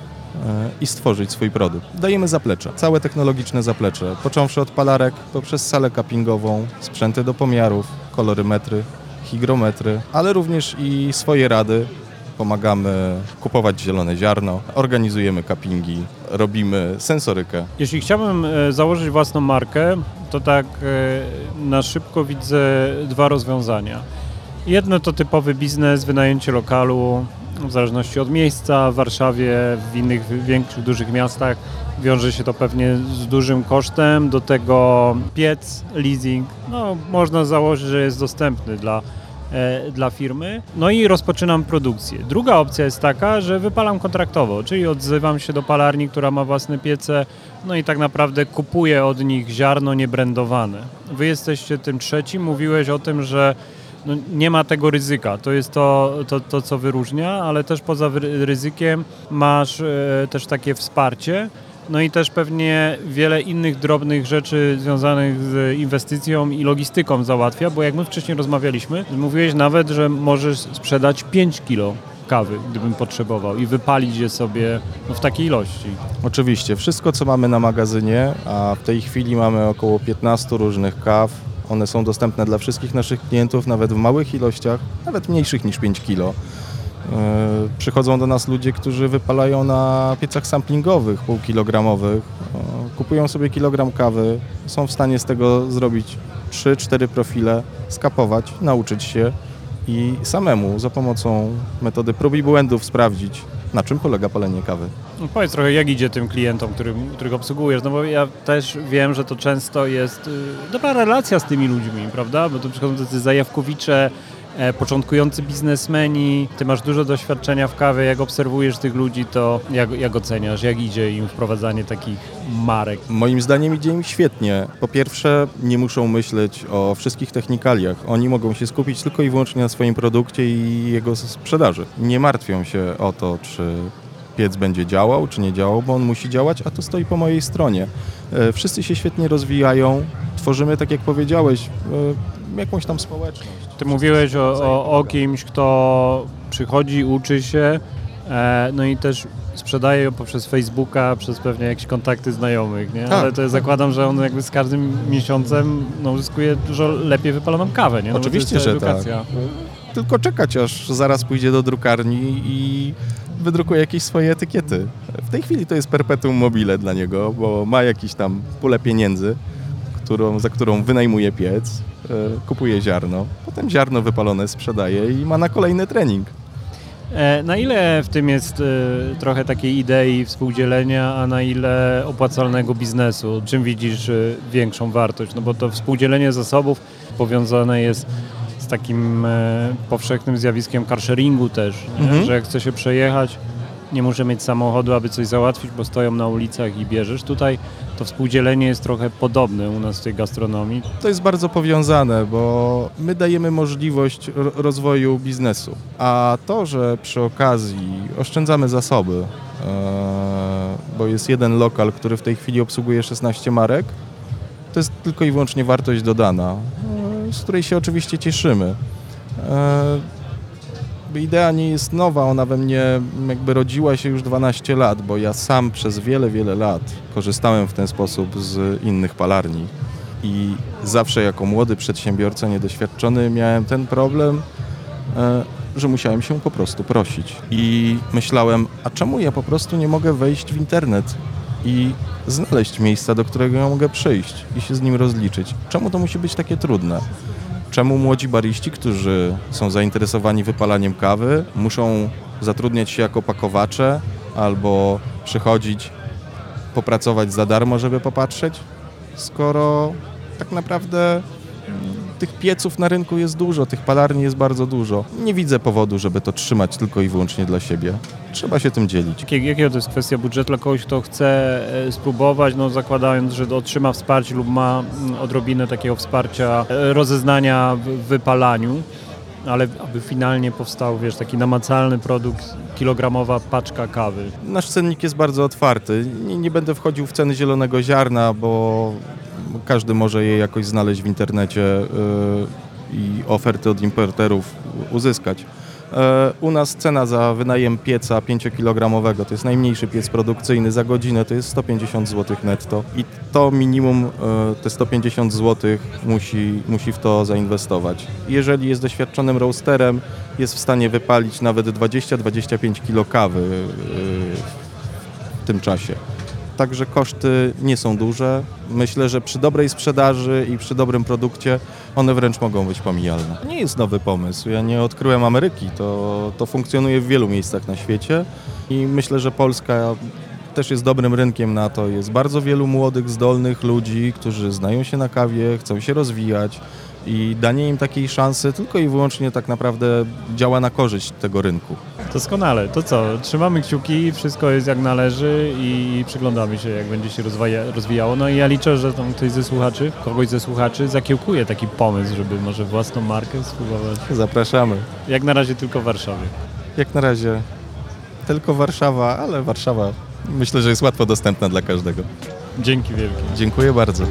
i stworzyć swój produkt. Dajemy zaplecze, całe technologiczne zaplecze, począwszy od palarek, poprzez salę cuppingową, sprzęty do pomiarów, kolorymetry, hygrometry, ale również i swoje rady. Pomagamy kupować zielone ziarno, organizujemy cuppingi, robimy sensorykę. Jeśli chciałbym założyć własną markę, to tak na szybko widzę dwa rozwiązania. Jedno to typowy biznes, wynajęcie lokalu, w zależności od miejsca, w Warszawie, w innych większych, dużych miastach wiąże się to pewnie z dużym kosztem, do tego piec, leasing, no można założyć, że jest dostępny dla, e, dla firmy. No i rozpoczynam produkcję. Druga opcja jest taka, że wypalam kontraktowo, czyli odzywam się do palarni, która ma własne piece, no i tak naprawdę kupuję od nich ziarno niebrandowane. Wy jesteście tym trzecim, mówiłeś o tym, że no nie ma tego ryzyka, to jest to, to, to co wyróżnia, ale też poza ryzykiem masz e, też takie wsparcie, no i też pewnie wiele innych drobnych rzeczy związanych z inwestycją i logistyką załatwia, bo jak my wcześniej rozmawialiśmy, mówiłeś nawet, że możesz sprzedać pięć kilo kawy, gdybym potrzebował i wypalić je sobie no, w takiej ilości. Oczywiście, wszystko co mamy na magazynie, a w tej chwili mamy około piętnaście różnych kaw. One są dostępne dla wszystkich naszych klientów, nawet w małych ilościach, nawet mniejszych niż pięć kilo. Yy, przychodzą do nas ludzie, którzy wypalają na piecach samplingowych, półkilogramowych. Yy, kupują sobie kilogram kawy, są w stanie z tego zrobić trzy cztery profile, skapować, nauczyć się i samemu za pomocą metody prób i błędów sprawdzić, na czym polega palenie kawy. No powiedz trochę, jak idzie tym klientom, którym, których obsługujesz, no bo ja też wiem, że to często jest y, dobra relacja z tymi ludźmi, prawda? Bo tu przychodzą tacy zajawkowicze, e, początkujący biznesmeni, ty masz dużo doświadczenia w kawie, jak obserwujesz tych ludzi, to jak, jak oceniasz, jak idzie im wprowadzanie takich marek? Moim zdaniem idzie im świetnie. Po pierwsze, nie muszą myśleć o wszystkich technikaliach. Oni mogą się skupić tylko i wyłącznie na swoim produkcie i jego sprzedaży. Nie martwią się o to, czy piec będzie działał, czy nie działał, bo on musi działać, a to stoi po mojej stronie. Wszyscy się świetnie rozwijają, tworzymy, tak jak powiedziałeś, jakąś tam społeczność. Ty mówiłeś o, o, o kimś, kto przychodzi, uczy się, e, no i też sprzedaje ją poprzez Facebooka, przez pewnie jakieś kontakty znajomych, nie? Tak. Ale to zazakładam, że on jakby z każdym miesiącem no, uzyskuje dużo lepiej wypaloną kawę, nie? No, oczywiście, że edukacja. tak. Tylko czekać, aż zaraz pójdzie do drukarni i wydrukuje jakieś swoje etykiety. W tej chwili to jest perpetuum mobile dla niego, bo ma jakiś tam pulę pieniędzy, którą, za którą wynajmuje piec, kupuje ziarno, potem ziarno wypalone sprzedaje i ma na kolejny trening. E, na ile w tym jest e, trochę takiej idei współdzielenia, a na ile opłacalnego biznesu? Czym widzisz e, większą wartość? No bo to współdzielenie zasobów powiązane jest z takim e, powszechnym zjawiskiem carsharingu też, mhm. że jak chce się przejechać, nie muszę mieć samochodu, aby coś załatwić, bo stoją na ulicach i bierzesz. Tutaj to współdzielenie jest trochę podobne u nas w tej gastronomii. To jest bardzo powiązane, bo my dajemy możliwość rozwoju biznesu, a to, że przy okazji oszczędzamy zasoby, bo jest jeden lokal, który w tej chwili obsługuje szesnaście marek, to jest tylko i wyłącznie wartość dodana, z której się oczywiście cieszymy. Idea nie jest nowa, ona we mnie jakby rodziła się już dwanaście lat, bo ja sam przez wiele, wiele lat korzystałem w ten sposób z innych palarni i zawsze jako młody przedsiębiorca niedoświadczony miałem ten problem, że musiałem się po prostu prosić i myślałem, a czemu ja po prostu nie mogę wejść w internet i znaleźć miejsca, do którego ja mogę przyjść i się z nim rozliczyć. Czemu to musi być takie trudne? Czemu młodzi bariści, którzy są zainteresowani wypalaniem kawy, muszą zatrudniać się jako pakowacze albo przychodzić, popracować za darmo, żeby popatrzeć, skoro tak naprawdę tych pieców na rynku jest dużo, tych palarni jest bardzo dużo. Nie widzę powodu, żeby to trzymać tylko i wyłącznie dla siebie. Trzeba się tym dzielić. Jakiego to jest kwestia budżetu dla kogoś, kto chce spróbować, no zakładając, że otrzyma wsparcie lub ma odrobinę takiego wsparcia, rozeznania w wypalaniu, ale aby finalnie powstał, wiesz, taki namacalny produkt, kilogramowa paczka kawy. Nasz cennik jest bardzo otwarty. Nie, nie będę wchodził w ceny zielonego ziarna, bo każdy może je jakoś znaleźć w internecie yy, i oferty od importerów uzyskać. U nas cena za wynajem pieca pięciokilogramowego, to jest najmniejszy piec produkcyjny, za godzinę to jest sto pięćdziesiąt złotych netto i to minimum, te sto pięćdziesiąt złotych musi, musi w to zainwestować. Jeżeli jest doświadczonym roasterem, jest w stanie wypalić nawet dwadzieścia do dwudziestu pięciu kilo kawy w tym czasie. Także koszty nie są duże. Myślę, że przy dobrej sprzedaży i przy dobrym produkcie one wręcz mogą być pomijalne. Nie jest nowy pomysł. Ja nie odkryłem Ameryki. To, to funkcjonuje w wielu miejscach na świecie i myślę, że Polska też jest dobrym rynkiem na to. Jest bardzo wielu młodych, zdolnych ludzi, którzy znają się na kawie, chcą się rozwijać i danie im takiej szansy tylko i wyłącznie tak naprawdę działa na korzyść tego rynku. Doskonale. To co? Trzymamy kciuki, wszystko jest jak należy i przyglądamy się, jak będzie się rozwaja, rozwijało. No i ja liczę, że tam ktoś ze słuchaczy, kogoś ze słuchaczy zakiełkuje taki pomysł, żeby może własną markę spróbować. Zapraszamy. Jak na razie tylko w Warszawie. Jak na razie tylko Warszawa, ale Warszawa myślę, że jest łatwo dostępna dla każdego. Dzięki wielkie. Dziękuję bardzo.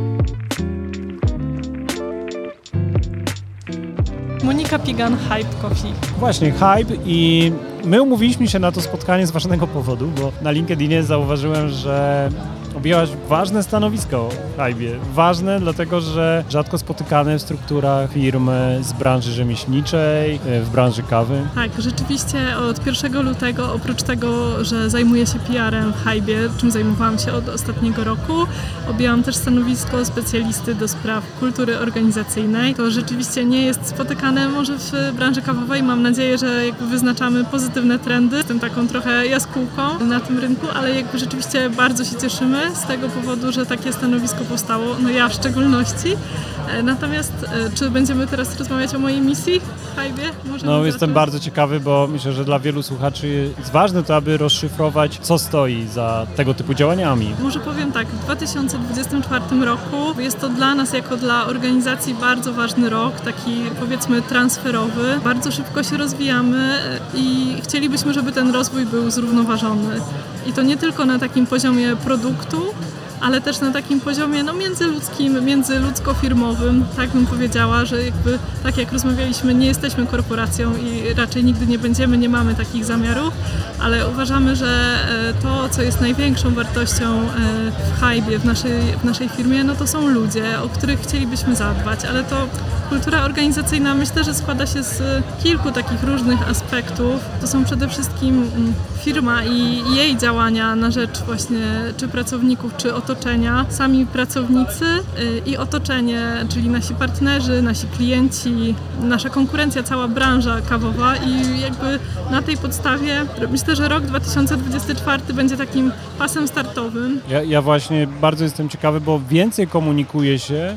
Monika Pigan, Hype Coffee. Właśnie, Hype i my umówiliśmy się na to spotkanie z ważnego powodu, bo na LinkedInie zauważyłem, że objęłaś ważne stanowisko w Hype'ie. Ważne dlatego, że rzadko spotykane w strukturach firm z branży rzemieślniczej, w branży kawy. Tak, rzeczywiście od pierwszego lutego, oprócz tego, że zajmuję się P R-em w Hype'ie, czym zajmowałam się od ostatniego roku, objęłam też stanowisko specjalisty do spraw kultury organizacyjnej. To rzeczywiście nie jest spotykane może w branży kawowej. Mam nadzieję, że jakby wyznaczamy pozytywne trendy. Jestem taką trochę jaskółką na tym rynku, ale jakby rzeczywiście bardzo się cieszymy z tego powodu, że takie stanowisko powstało, no ja w szczególności. Natomiast czy będziemy teraz rozmawiać o mojej misji w Hype'ie? No zacząć? Jestem bardzo ciekawy, bo myślę, że dla wielu słuchaczy jest ważne to, aby rozszyfrować, co stoi za tego typu działaniami. Może powiem tak, w dwa tysiące dwudziestym czwartym roku jest to dla nas, jako dla organizacji bardzo ważny rok, taki powiedzmy transferowy. Bardzo szybko się rozwijamy i chcielibyśmy, żeby ten rozwój był zrównoważony. I to nie tylko na takim poziomie produktu, ale też na takim poziomie no, międzyludzkim, międzyludzko-firmowym. Tak bym powiedziała, że jakby, tak jak rozmawialiśmy, nie jesteśmy korporacją i raczej nigdy nie będziemy, nie mamy takich zamiarów, ale uważamy, że to, co jest największą wartością w Hype'ie, w naszej, w naszej firmie, no to są ludzie, o których chcielibyśmy zadbać, ale to kultura organizacyjna myślę, że składa się z kilku takich różnych aspektów. To są przede wszystkim firma i jej działania na rzecz właśnie czy pracowników, czy otoczenia, sami pracownicy i otoczenie, czyli nasi partnerzy, nasi klienci, nasza konkurencja, cała branża kawowa i jakby na tej podstawie myślę, że rok dwa tysiące dwudziesty czwarty będzie takim pasem startowym. Ja, ja właśnie bardzo jestem ciekawy, bo więcej komunikuje się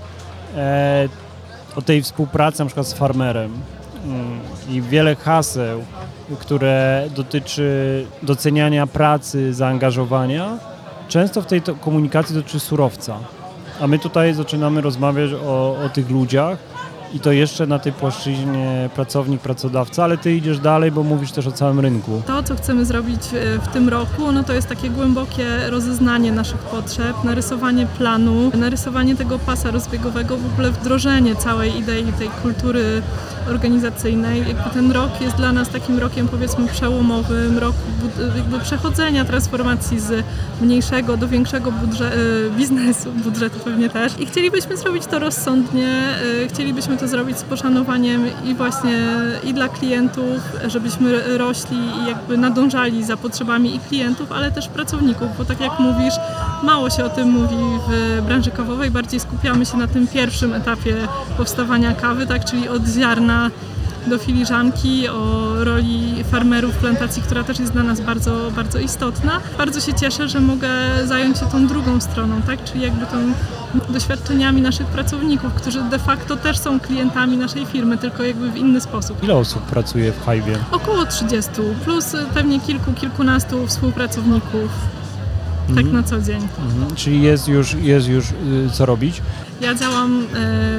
e, o tej współpracy na przykład z farmerem mm, i wiele haseł, które dotyczy doceniania pracy, zaangażowania, często w tej komunikacji dotyczy surowca. A my tutaj zaczynamy rozmawiać o, o tych ludziach i to jeszcze na tej płaszczyźnie pracownik, pracodawca, ale ty idziesz dalej, bo mówisz też o całym rynku. To, co chcemy zrobić w tym roku, no to jest takie głębokie rozeznanie naszych potrzeb, narysowanie planu, narysowanie tego pasa rozbiegowego, w ogóle wdrożenie całej idei tej kultury organizacyjnej. Jakby ten rok jest dla nas takim rokiem, powiedzmy, przełomowym, rok jakby przechodzenia, transformacji z mniejszego do większego budżetu, biznesu, budżetu pewnie też. I chcielibyśmy zrobić to rozsądnie, chcielibyśmy to to zrobić z poszanowaniem i właśnie i dla klientów, żebyśmy rośli i jakby nadążali za potrzebami i klientów, ale też pracowników, bo tak jak mówisz, mało się o tym mówi w branży kawowej, bardziej skupiamy się na tym pierwszym etapie powstawania kawy, tak, czyli od ziarna do filiżanki, o roli farmerów plantacji, która też jest dla nas bardzo, bardzo istotna. Bardzo się cieszę, że mogę zająć się tą drugą stroną, tak? Czyli jakby tą doświadczeniami naszych pracowników, którzy de facto też są klientami naszej firmy, tylko jakby w inny sposób. Ile osób pracuje w Hive'ie? Około trzydziestu, plus pewnie kilku, kilkunastu współpracowników. Tak Mhm. na co dzień. Mhm. Czyli jest już, jest już y, co robić? Ja działam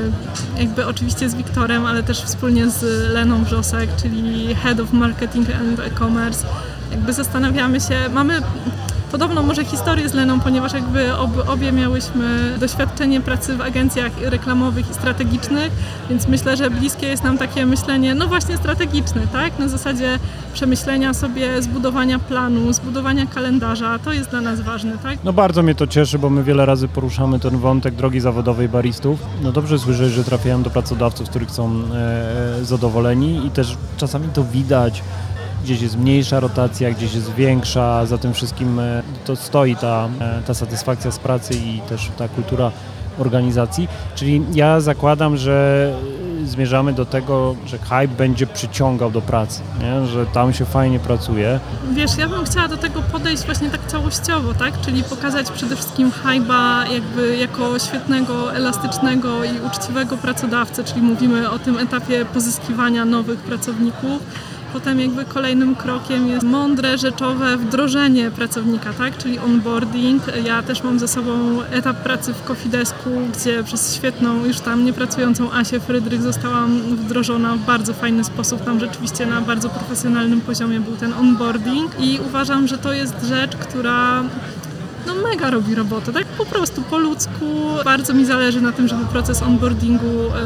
e, jakby oczywiście z Wiktorem, ale też wspólnie z Leną Wrzosek, czyli Head of Marketing and E-Commerce. Jakby zastanawiamy się, mamy podobną może historię z Leną, ponieważ jakby ob, obie miałyśmy doświadczenie pracy w agencjach reklamowych i strategicznych, więc myślę, że bliskie jest nam takie myślenie, no właśnie strategiczne, tak? Na zasadzie przemyślenia sobie, zbudowania planu, zbudowania kalendarza, to jest dla nas ważne, tak? No bardzo mnie to cieszy, bo my wiele razy poruszamy ten wątek drogi zawodowej baristów. No dobrze słyszę, że trafiają do pracodawców, których są e, zadowoleni i też czasami to widać. Gdzieś jest mniejsza rotacja, gdzieś jest większa, za tym wszystkim to stoi ta, ta satysfakcja z pracy i też ta kultura organizacji. Czyli ja zakładam, że zmierzamy do tego, że Hive będzie przyciągał do pracy, nie? Że tam się fajnie pracuje. Wiesz, ja bym chciała do tego podejść właśnie tak całościowo, tak? Czyli pokazać przede wszystkim Hive'a jakby jako świetnego, elastycznego i uczciwego pracodawcę, czyli mówimy o tym etapie pozyskiwania nowych pracowników. Potem jakby kolejnym krokiem jest mądre, rzeczowe wdrożenie pracownika, tak? Czyli onboarding. Ja też mam ze sobą etap pracy w Coffee Desku, gdzie przez świetną, już tam niepracującą Asię Frydrych zostałam wdrożona w bardzo fajny sposób. Tam rzeczywiście na bardzo profesjonalnym poziomie był ten onboarding i uważam, że to jest rzecz, która no mega robi robotę, tak po prostu po ludzku. Bardzo mi zależy na tym, żeby proces onboardingu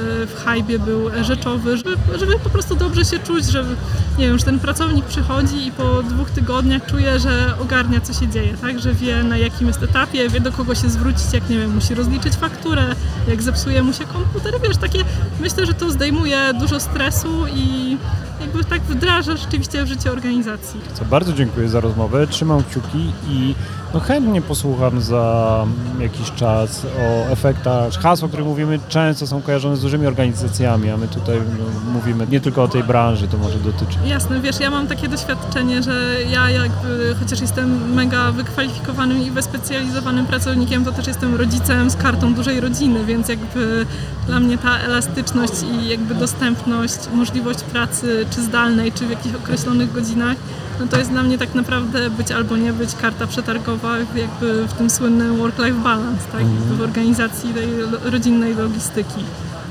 w Hive'ie był rzeczowy, żeby, żeby po prostu dobrze się czuć, że nie wiem, że ten pracownik przychodzi i po dwóch tygodniach czuje, że ogarnia, co się dzieje, tak, że wie, na jakim jest etapie, wie, do kogo się zwrócić, jak nie wiem, musi rozliczyć fakturę, jak zepsuje mu się komputer, wiesz, takie, myślę, że to zdejmuje dużo stresu i jakby tak wdraża rzeczywiście w życie organizacji. Co, bardzo dziękuję za rozmowę, trzymam kciuki i no chętnie posłucham za jakiś czas o efektach. Hasła, o których mówimy, często są kojarzone z dużymi organizacjami, a my tutaj no, mówimy nie tylko o tej branży, to może dotyczy. Jasne, wiesz, ja mam takie doświadczenie, że ja jakby, chociaż jestem mega wykwalifikowanym i wyspecjalizowanym pracownikiem, to też jestem rodzicem z kartą dużej rodziny, więc jakby dla mnie ta elastyczność i jakby dostępność, możliwość pracy czy zdalnej, czy w jakichś określonych godzinach, no to jest dla mnie tak naprawdę być albo nie być, karta przetargowa jakby w tym słynnym work-life balance, tak, Mhm. w organizacji tej rodzinnej logistyki.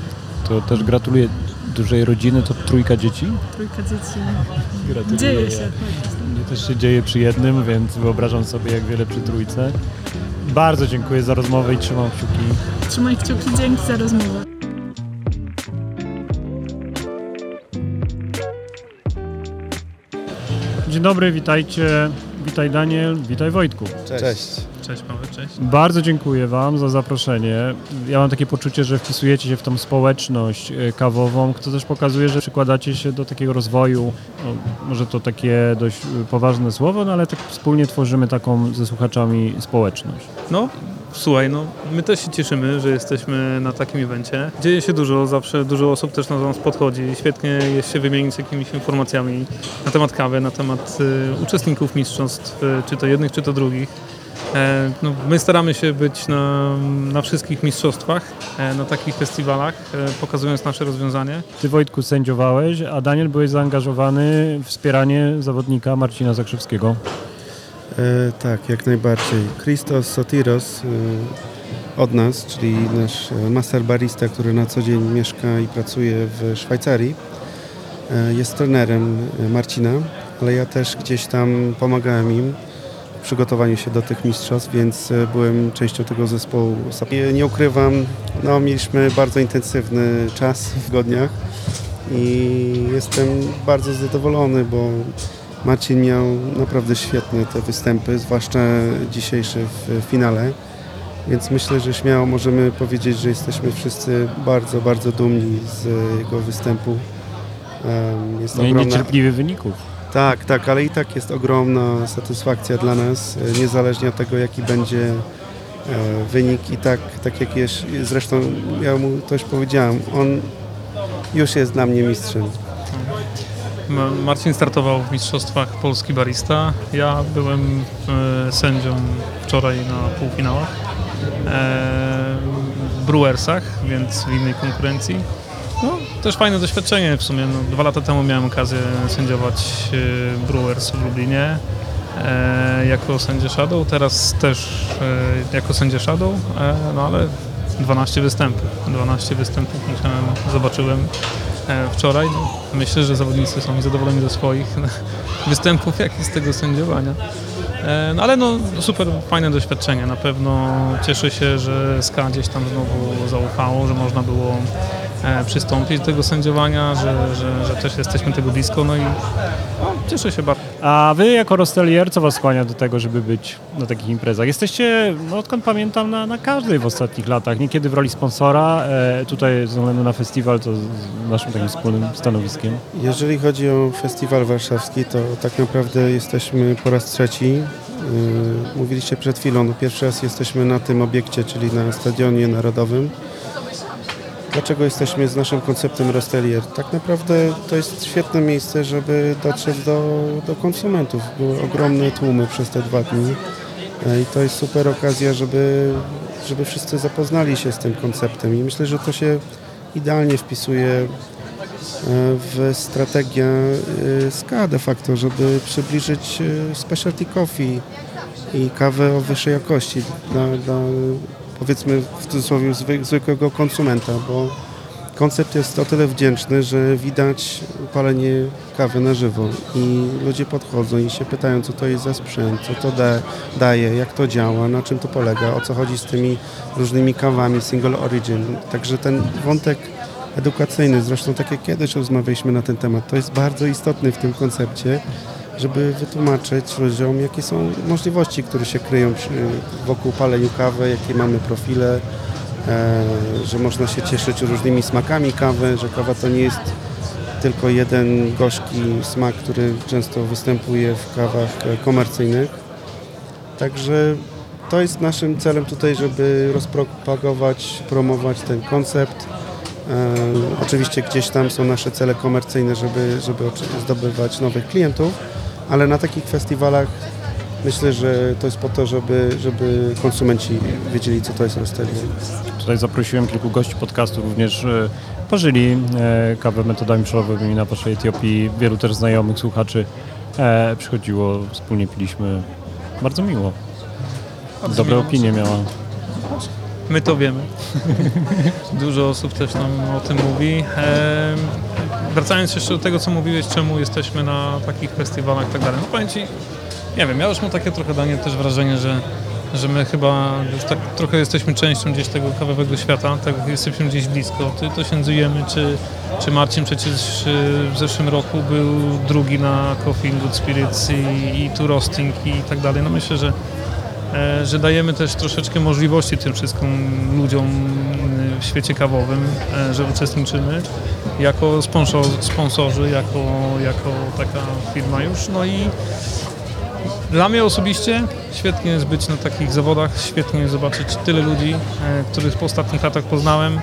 To też gratuluję dużej rodziny, to trójka dzieci. Trójka dzieci. Gratuluję. Dzieje się. Mnie też się dzieje przy jednym, więc wyobrażam sobie, jak wiele przy trójce. Bardzo dziękuję za rozmowę i trzymam kciuki. Trzymaj kciuki, dzięki za rozmowę. Dzień dobry, witajcie. Witaj Daniel, witaj Wojtku. Cześć. Cześć. Cześć Paweł, cześć. Bardzo dziękuję Wam za zaproszenie. Ja mam takie poczucie, że wpisujecie się w tą społeczność kawową, co też pokazuje, że przykładacie się do takiego rozwoju. No, może to takie dość poważne słowo, no ale tak wspólnie tworzymy taką ze słuchaczami społeczność. No, słuchaj, no my też się cieszymy, że jesteśmy na takim evencie. Dzieje się dużo, zawsze dużo osób też na nas podchodzi. Świetnie jest się wymienić jakimiś informacjami na temat kawy, na temat y, uczestników mistrzostw, y, czy to jednych, czy to drugich. E, no, my staramy się być na, na wszystkich mistrzostwach, e, na takich festiwalach, e, pokazując nasze rozwiązanie. Ty Wojtku sędziowałeś, a Daniel byłeś zaangażowany w wspieranie zawodnika Marcina Zakrzewskiego. E, tak, jak najbardziej. Christos Sotiros e, od nas, czyli nasz master barista, który na co dzień mieszka i pracuje w Szwajcarii, e, jest trenerem Marcina, ale ja też gdzieś tam pomagałem im w przygotowaniu się do tych mistrzostw, więc byłem częścią tego zespołu. I nie ukrywam, no, mieliśmy bardzo intensywny czas w tygodniach i jestem bardzo zadowolony, bo Marcin miał naprawdę świetne te występy, zwłaszcza dzisiejszy w finale. Więc myślę, że śmiało możemy powiedzieć, że jesteśmy wszyscy bardzo, bardzo dumni z jego występu. Jest no ogromna... i niecierpliwy wyników. Tak, tak, ale i tak jest ogromna satysfakcja dla nas, niezależnie od tego, jaki będzie wynik. I tak, tak jak jest, zresztą ja mu też powiedziałem, on już jest dla mnie mistrzem. Marcin startował w Mistrzostwach Polski Barista. Ja byłem e, sędzią wczoraj na półfinałach e, w Brewersach, więc w innej konkurencji. No, też fajne doświadczenie w sumie. No, dwa lata temu miałem okazję sędziować e, Brewers w Lublinie e, jako sędzia Shadow. Teraz też e, jako sędzia Shadow, e, no ale dwanaście występów. dwanaście występów musiałem, zobaczyłem wczoraj. No, myślę, że zawodnicy są zadowoleni ze swoich występów, jak i z tego sędziowania. No ale no super fajne doświadczenie. Na pewno cieszę się, że S K gdzieś tam znowu zaufało, że można było przystąpić do tego sędziowania, że, że, że też jesteśmy tego blisko, no i no, cieszę się bardzo. A wy jako Rostelier, co was skłania do tego, żeby być na takich imprezach? Jesteście, no odkąd pamiętam, na, na każdej w ostatnich latach, niekiedy w roli sponsora, e, tutaj ze względu na festiwal, to z naszym takim wspólnym stanowiskiem. Jeżeli chodzi o festiwal warszawski, to tak naprawdę jesteśmy po raz trzeci. Yy, mówiliście przed chwilą, no pierwszy raz jesteśmy na tym obiekcie, czyli na Stadionie Narodowym. Dlaczego jesteśmy z naszym konceptem Rostelier? Tak naprawdę to jest świetne miejsce, żeby dotrzeć do, do konsumentów. Były ogromne tłumy przez te dwa dni i to jest super okazja, żeby, żeby wszyscy zapoznali się z tym konceptem i myślę, że to się idealnie wpisuje w strategię S K de facto, żeby przybliżyć specialty coffee i kawę o wyższej jakości dla, dla powiedzmy w cudzysłowie zwykłego konsumenta, bo koncept jest o tyle wdzięczny, że widać palenie kawy na żywo i ludzie podchodzą i się pytają, co to jest za sprzęt, co to da, daje, jak to działa, na czym to polega, o co chodzi z tymi różnymi kawami single origin. Także ten wątek edukacyjny, zresztą tak jak kiedyś rozmawialiśmy na ten temat, to jest bardzo istotny w tym koncepcie, żeby wytłumaczyć ludziom, jakie są możliwości, które się kryją przy, wokół paleniu kawy, jakie mamy profile, e, że można się cieszyć różnymi smakami kawy, że kawa to nie jest tylko jeden gorzki smak, który często występuje w kawach komercyjnych. Także to jest naszym celem tutaj, żeby rozpropagować, promować ten koncept. E, oczywiście gdzieś tam są nasze cele komercyjne, żeby, żeby zdobywać nowych klientów, ale na takich festiwalach myślę, że to jest po to, żeby, żeby konsumenci wiedzieli, co to jest Rostelier. Tutaj zaprosiłem kilku gości podcastu, również e, parzyli e, kawę metodami przerobowymi na waszej Etiopii. Wielu też znajomych słuchaczy e, przychodziło, wspólnie piliśmy. Bardzo miło. Bardzo Dobre miło. Opinie miała. My to wiemy. Dużo osób też nam o tym mówi. E, wracając jeszcze do tego, co mówiłeś, czemu jesteśmy na takich festiwalach i tak dalej. No powiem ci, nie wiem, ja już mam takie trochę danie też wrażenie, że, że my chyba już tak trochę jesteśmy częścią gdzieś tego kawowego świata, tak jesteśmy gdzieś blisko. Ty to siędzujemy, czy, czy Marcin przecież w zeszłym roku był drugi na Coffee and Good Spirits i, i tu roasting i tak dalej. No myślę, że że dajemy też troszeczkę możliwości tym wszystkim ludziom w świecie kawowym, że uczestniczymy jako sponsor, sponsorzy, jako, jako taka firma już. No i dla mnie osobiście świetnie jest być na takich zawodach, świetnie jest zobaczyć tyle ludzi, których po ostatnich latach poznałem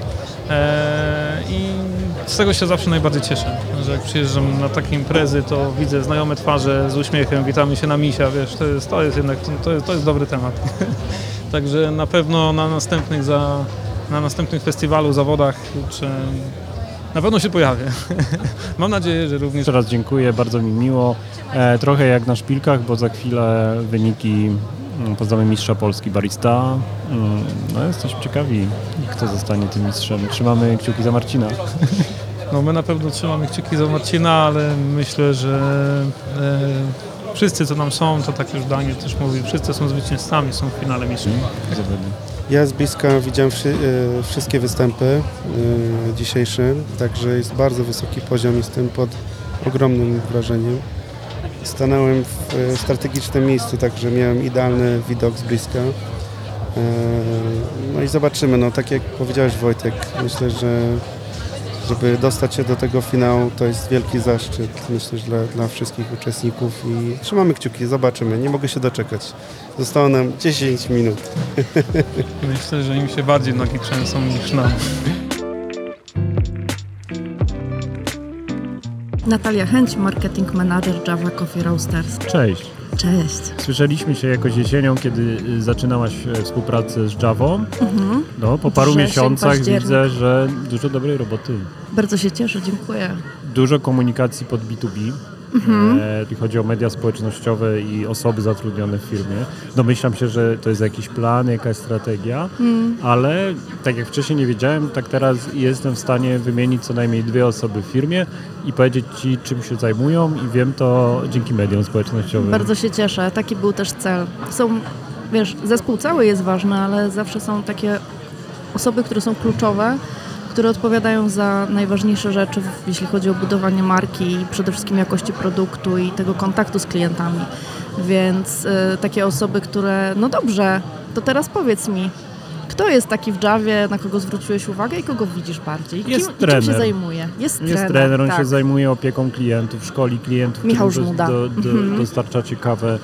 i z tego się zawsze najbardziej cieszę, że jak przyjeżdżam na takie imprezy, to widzę znajome twarze z uśmiechem, witamy się na misia, wiesz, to jest, to jest jednak, to jest, to jest dobry temat. Także na pewno na następnych, za, na następnych festiwalu, zawodach, czy na pewno się pojawię. Mam nadzieję, że również... Jeszcze raz dziękuję, bardzo mi miło. E, trochę jak na szpilkach, bo za chwilę wyniki poznamy mistrza Polski barista. No jesteśmy ciekawi, kto zostanie tym mistrzem. Trzymamy kciuki za Marcina. No my na pewno trzymamy kciuki za Marcina, ale myślę, że e, wszyscy co nam są, to tak już Daniel też mówi, wszyscy są zwycięzcami, są w finale mistrzów. Ja z bliska widziałem wszy, e, wszystkie występy e, dzisiejsze, także jest bardzo wysoki poziom, jestem pod ogromnym wrażeniem. Stanąłem w strategicznym miejscu, także miałem idealny widok z bliska. No i zobaczymy, no tak jak powiedziałeś Wojtek, myślę, że żeby dostać się do tego finału, to jest wielki zaszczyt, myślę, że dla, dla wszystkich uczestników i trzymamy kciuki, zobaczymy, nie mogę się doczekać. Zostało nam dziesięć minut. Myślę, że im się bardziej nogi trzęsą niż nam. Natalia Chęć, marketing manager Java Coffee Roasters. Cześć. Cześć. Słyszeliśmy się jakoś jesienią, kiedy zaczynałaś współpracę z Javą. Mhm. No, po paru Wrzesień, miesiącach październik. widzę, że dużo dobrej roboty. Bardzo się cieszę, dziękuję. Dużo komunikacji pod B dwa B. Mhm. E, chodzi o media społecznościowe i osoby zatrudnione w firmie. Domyślam się, że to jest jakiś plan, jakaś strategia, Mm. ale tak jak wcześniej nie wiedziałem, tak teraz jestem w stanie wymienić co najmniej dwie osoby w firmie i powiedzieć Ci, czym się zajmują i wiem to dzięki mediom społecznościowym. Bardzo się cieszę, taki był też cel. Są, wiesz, zespół cały jest ważny, ale zawsze są takie osoby, które są kluczowe, które odpowiadają za najważniejsze rzeczy, jeśli chodzi o budowanie marki i przede wszystkim jakości produktu i tego kontaktu z klientami. Więc y, takie osoby, które, no dobrze, to teraz powiedz mi, kto jest taki w Javie, na kogo zwróciłeś uwagę i kogo widzisz bardziej? Kim, Jest i czym trener. się zajmuje? Jest, Jest trener, trener, on tak. się zajmuje opieką klientów, szkoli klientów, Michał którym Żmuda. do, do, Mhm. dostarczacie kawę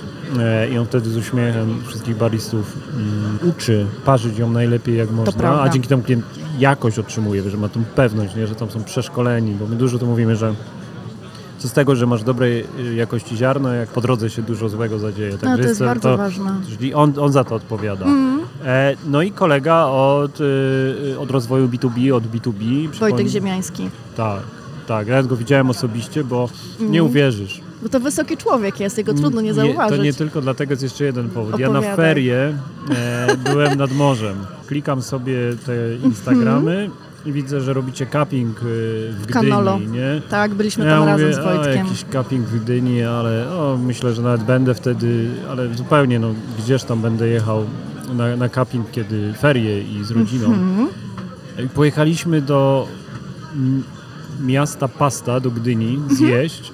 e, i on wtedy z uśmiechem wszystkich baristów mm, uczy parzyć ją najlepiej jak można, prawda. a dzięki temu klient jakość otrzymuje, że ma tą pewność, nie, że tam są przeszkoleni, bo my dużo tu mówimy, że co z tego, że masz dobrej jakości ziarno, jak po drodze się dużo złego zadzieje. No, Także to jest bardzo to, ważne. Czyli on, on za to odpowiada. Mhm. E, no i kolega od, y, od rozwoju B dwa B, od B dwa B. Wojtek Przypom- Ziemiański. Tak, tak. Ja go widziałem osobiście, bo nie Mhm. uwierzysz. Bo to wysoki człowiek jest, jego trudno nie zauważyć. To nie tylko dlatego, jest jeszcze jeden powód. Ja na Opowiadaj. ferie e, byłem nad morzem. Klikam sobie te Instagramy i widzę, że robicie cupping y, w Gdyni, Kanolo. nie? Tak, byliśmy ja tam mówię, razem z o, Wojtkiem. jakiś cupping w Gdyni, ale o, myślę, że nawet będę wtedy, ale zupełnie, no gdzież tam będę jechał na, na cupping, kiedy ferie i z rodziną. Mhm. I pojechaliśmy do m, miasta Pasta, do Gdyni, zjeść.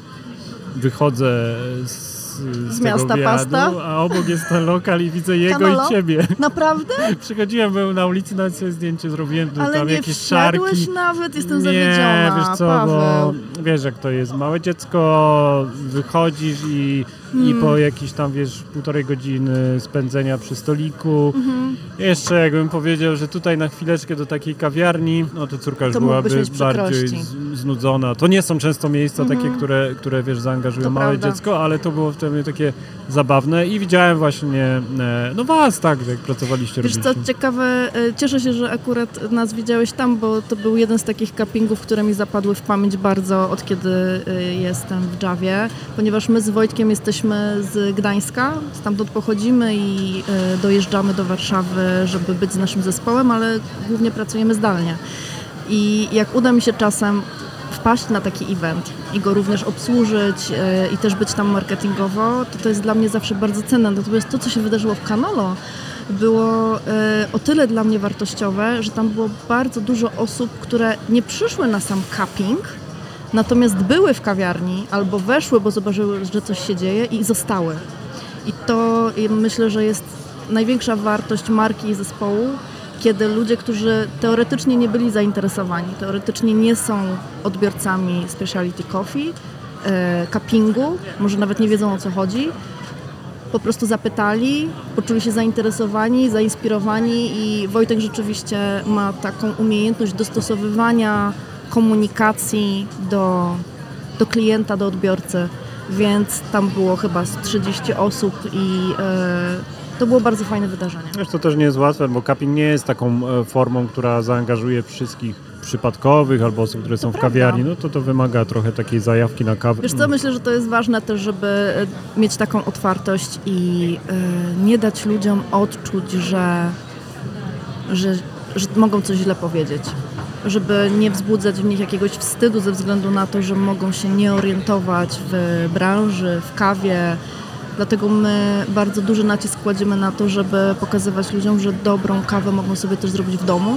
Wychodzę z, z, Z tego miasta wyjazdu, Pasta? a obok jest ten lokal i widzę jego Kanolo? i ciebie. Naprawdę? Przychodziłem, byłem na ulicy, nawet sobie zdjęcie zrobiłem, Ale tam nie jakieś wszedłeś szarki. nawet? Jestem Nie, zawiedziona, wiesz co, Paweł. bo wiesz jak to jest, małe dziecko, wychodzisz i, i Hmm. po jakieś tam, wiesz, półtorej godziny spędzenia przy stoliku, Mhm. jeszcze jakbym powiedział, że tutaj na chwileczkę do takiej kawiarni, no to córka już To mógłbyś byłaby mieć bardziej przykrości. z, znudzona. To nie są często miejsca Mhm. takie, które, które, wiesz, zaangażują To małe prawda. dziecko, ale to było wtedy takie zabawne i widziałem właśnie, e, no was, tak, że jak pracowaliście, Wiesz robiliście. co, ciekawe, y, cieszę się, że akurat nas widziałeś tam, bo to był jeden z takich cuppingów, które mi zapadły w pamięć bardzo od kiedy y, jestem w Javie, ponieważ my z Wojtkiem jesteśmy z Gdańska, stamtąd pochodzimy i y, dojeżdżamy do Warszawy, żeby być z naszym zespołem, ale głównie pracujemy zdalnie. I jak uda mi się czasem wpaść na taki event i go również obsłużyć y, i też być tam marketingowo, to to jest dla mnie zawsze bardzo cenne. Natomiast to, co się wydarzyło w Canolo, było y, o tyle dla mnie wartościowe, że tam było bardzo dużo osób, które nie przyszły na sam cupping, natomiast były w kawiarni albo weszły, bo zobaczyły, że coś się dzieje i zostały. I to y, myślę, że jest największa wartość marki i zespołu, kiedy ludzie, którzy teoretycznie nie byli zainteresowani, teoretycznie nie są odbiorcami specialty coffee, e, cuppingu, może nawet nie wiedzą o co chodzi, po prostu zapytali, poczuli się zainteresowani, zainspirowani i Wojtek rzeczywiście ma taką umiejętność dostosowywania komunikacji do, do klienta, do odbiorcy, więc tam było chyba z trzydzieści osób i e, to było bardzo fajne wydarzenie. Wiesz, to też nie jest łatwe, bo cupping nie jest taką e, formą, która zaangażuje wszystkich przypadkowych albo osób, które są w prawda. kawiarni. No to to wymaga trochę takiej zajawki na kawę. Wiesz co, myślę, że to jest ważne też, żeby e, mieć taką otwartość i e, nie dać ludziom odczuć, że, że, że mogą coś źle powiedzieć. Żeby nie wzbudzać w nich jakiegoś wstydu ze względu na to, że mogą się nie orientować w branży, w kawie. Dlatego my bardzo duży nacisk kładziemy na to, żeby pokazywać ludziom, że dobrą kawę mogą sobie też zrobić w domu.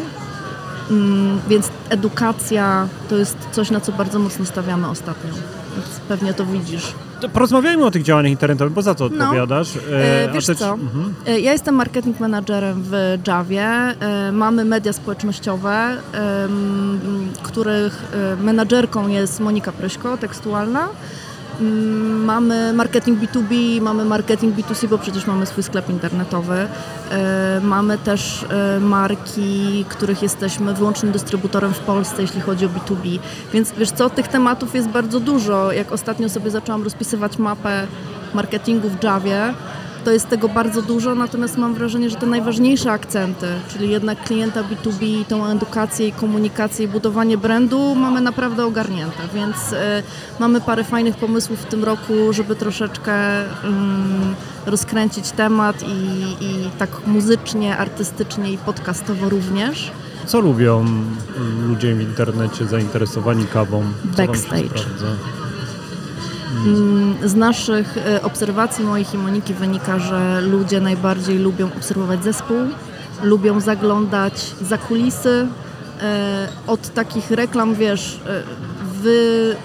Mm, więc edukacja to jest coś, na co bardzo mocno stawiamy ostatnio. Więc pewnie to widzisz. To porozmawiajmy o tych działaniach internetowych, bo za co odpowiadasz? No, e, wiesz te... co, mhm. ja jestem marketing managerem w Javie. E, mamy media społecznościowe, e, których menadżerką jest Monika Pryśko, tekstualna. Mamy marketing B dwa B, mamy marketing B dwa C, bo przecież mamy swój sklep internetowy. Mamy też marki, których jesteśmy wyłącznym dystrybutorem w Polsce, jeśli chodzi o B dwa B. Więc wiesz co, tych tematów jest bardzo dużo. Jak ostatnio sobie zaczęłam rozpisywać mapę marketingu w Javie, to jest tego bardzo dużo, natomiast mam wrażenie, że te najważniejsze akcenty, czyli jednak klienta B dwa B, tą edukację i komunikację i budowanie brandu mamy naprawdę ogarnięte, więc y, mamy parę fajnych pomysłów w tym roku, żeby troszeczkę y, rozkręcić temat i, i tak muzycznie, artystycznie i podcastowo również. Co lubią ludzie w internecie zainteresowani kawą? Co Backstage. Z naszych obserwacji moich i Moniki wynika, że ludzie najbardziej lubią obserwować zespół, lubią zaglądać za kulisy. Od takich reklam, wiesz, wy,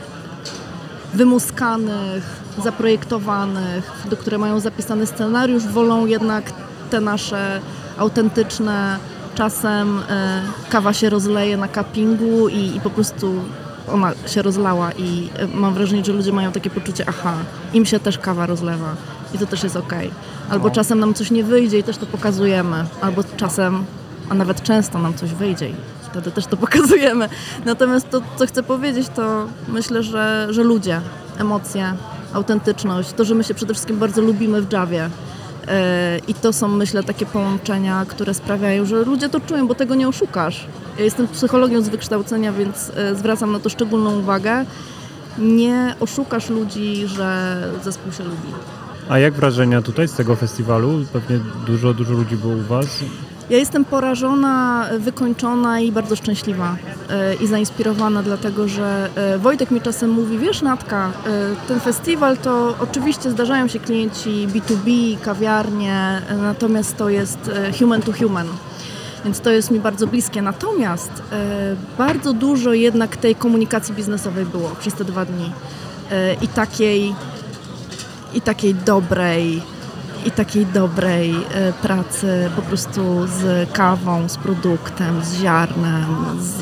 wymuskanych, zaprojektowanych, do które mają zapisany scenariusz, wolą jednak te nasze autentyczne, czasem kawa się rozleje na cuppingu i, i po prostu ona się rozlała i mam wrażenie, że ludzie mają takie poczucie, aha, im się też kawa rozlewa i to też jest okej. Albo no. czasem nam coś nie wyjdzie i też to pokazujemy, albo czasem, a nawet często nam coś wyjdzie i wtedy też to pokazujemy. Natomiast to, co chcę powiedzieć, to myślę, że, że ludzie, emocje, autentyczność, to, że my się przede wszystkim bardzo lubimy w Javie. I to są, myślę, takie połączenia, które sprawiają, że ludzie to czują, bo tego nie oszukasz. Ja jestem psychologiem z wykształcenia, więc zwracam na to szczególną uwagę. Nie oszukasz ludzi, że zespół się lubi. A jak wrażenia tutaj z tego festiwalu? Pewnie dużo, dużo ludzi było u Was. Ja jestem porażona, wykończona i bardzo szczęśliwa i zainspirowana, dlatego że Wojtek mi czasem mówi, wiesz Natka, ten festiwal to oczywiście zdarzają się klienci B dwa B, kawiarnie, natomiast to jest human to human, więc to jest mi bardzo bliskie. Natomiast bardzo dużo jednak tej komunikacji biznesowej było przez te dwa dni i takiej, i takiej dobrej, i takiej dobrej y, pracy po prostu z kawą, z produktem, z ziarnem, z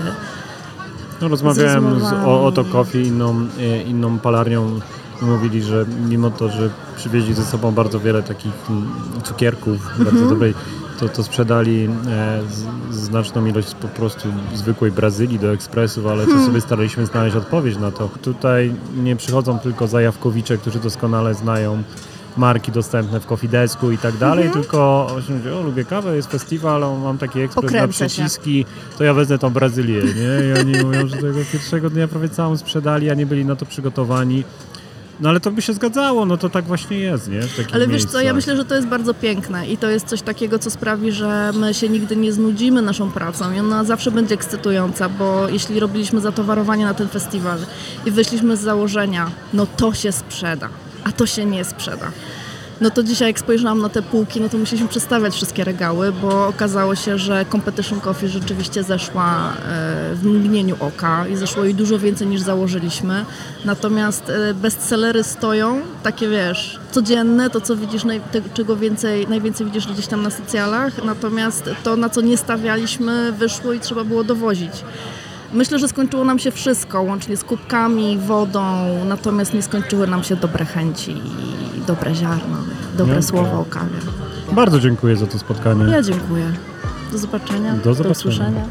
no, rozmawiałem z, z o, Oto Coffee, inną, y, inną palarnią. Mówili, że mimo to, że przywieźli ze sobą bardzo wiele takich cukierków mm-hmm. bardzo dobrej, to, to sprzedali e, z, znaczną ilość po prostu zwykłej Brazylii do ekspresów, ale to hmm. sobie staraliśmy znaleźć odpowiedź na to. Tutaj nie przychodzą tylko zajawkowicze, którzy doskonale znają marki dostępne w Coffee Desku i tak dalej, mhm. tylko mówię, o lubię kawę, jest festiwal, mam taki ekspres Pokręcę na przyciski, się. To ja wezmę tą Brazylię, nie? I oni mówią, że tego pierwszego dnia prawie całą sprzedali, a nie byli na to przygotowani. No ale to by się zgadzało, no to tak właśnie jest, nie? W takich ale wiesz miejscach. co, ja myślę, że to jest bardzo piękne i to jest coś takiego, co sprawi, że my się nigdy nie znudzimy naszą pracą i ona zawsze będzie ekscytująca, bo jeśli robiliśmy zatowarowanie na ten festiwal i wyszliśmy z założenia, no to się sprzeda, a to się nie sprzeda. No to dzisiaj jak spojrzałam na te półki, no to musieliśmy przestawiać wszystkie regały, bo okazało się, że Competition Coffee rzeczywiście zeszła w mgnieniu oka i zeszło jej dużo więcej niż założyliśmy. Natomiast bestsellery stoją, takie wiesz, codzienne, to co widzisz, naj, te, czego więcej, najwięcej widzisz gdzieś tam na socjalach, natomiast to, na co nie stawialiśmy, wyszło i trzeba było dowozić. Myślę, że skończyło nam się wszystko, łącznie z kubkami, wodą, natomiast nie skończyły nam się dobre chęci i dobre ziarno, dobre no, słowa o kawie. Bardzo dziękuję za to spotkanie. Ja dziękuję. Do zobaczenia. Do zobaczenia. Do usłyszenia.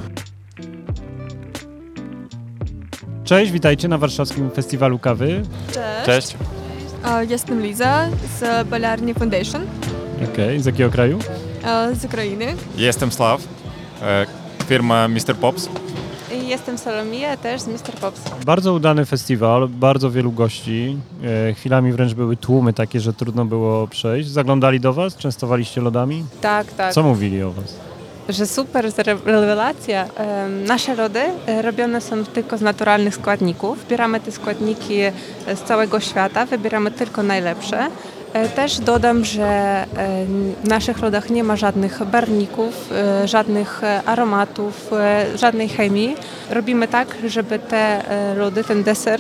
Cześć, witajcie na Warszawskim Festiwalu Kawy. Cześć. Cześć. Jestem Liza z Polarni Foundation. Okej, okay. Z jakiego kraju? Z Ukrainy. Jestem Slav, firma mister Pops. Jestem Salomija, też z mister Pops. Bardzo udany festiwal, bardzo wielu gości. E, chwilami wręcz były tłumy takie, że trudno było przejść. Zaglądali do Was? Częstowaliście lodami? Tak, tak. Co mówili o Was? Że super rewelacja. E, nasze lody robione są tylko z naturalnych składników. Wybieramy te składniki z całego świata, wybieramy tylko najlepsze. Też dodam, że w naszych lodach nie ma żadnych barwników, żadnych aromatów, żadnej chemii. Robimy tak, żeby te lody, ten deser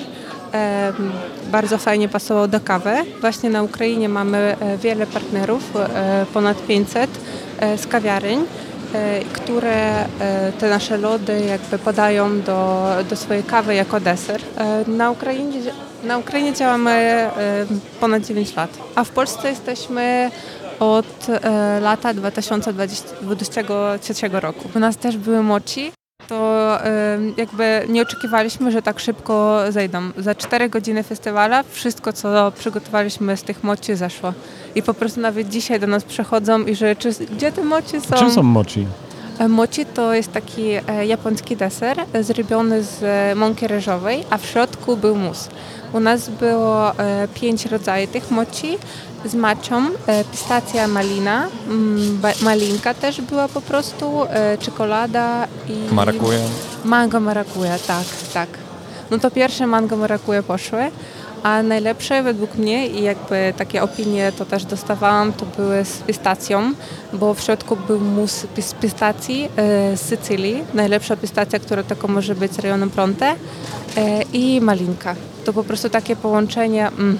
e, bardzo fajnie pasował do kawy. Właśnie na Ukrainie mamy wiele partnerów, e, ponad pięćset e, z kawiareń, e, które e, te nasze lody jakby podają do, do swojej kawy jako deser. E, na Ukrainie Na Ukrainie działamy e, ponad dziewięć lat, a w Polsce jesteśmy od e, lata dwa tysiące dwudziestego trzeciego roku. U nas też były mochi, to e, jakby nie oczekiwaliśmy, że tak szybko zejdą. Za cztery godziny festiwala wszystko, co przygotowaliśmy z tych mochi zeszło. I po prostu nawet dzisiaj do nas przychodzą i że czy, gdzie te mochi są? Czym są mochi? Mochi to jest taki e, japoński deser zrobiony z mąki ryżowej, a w środku był mus. U nas było e, pięć rodzajów tych mochi z matchą, e, pistacja, malina, m, ba, malinka też była po prostu, e, czekolada i... Marakuja. Mango marakuja, tak, tak. No to pierwsze mango marakuja poszły, a najlepsze według mnie i jakby takie opinie to też dostawałam, to były z pistacją, bo w środku był mus z pistacji e, z Sycylii, najlepsza pistacja, która tylko może być z rejonu Bronte, e, i malinka. To po prostu takie połączenie. Mm.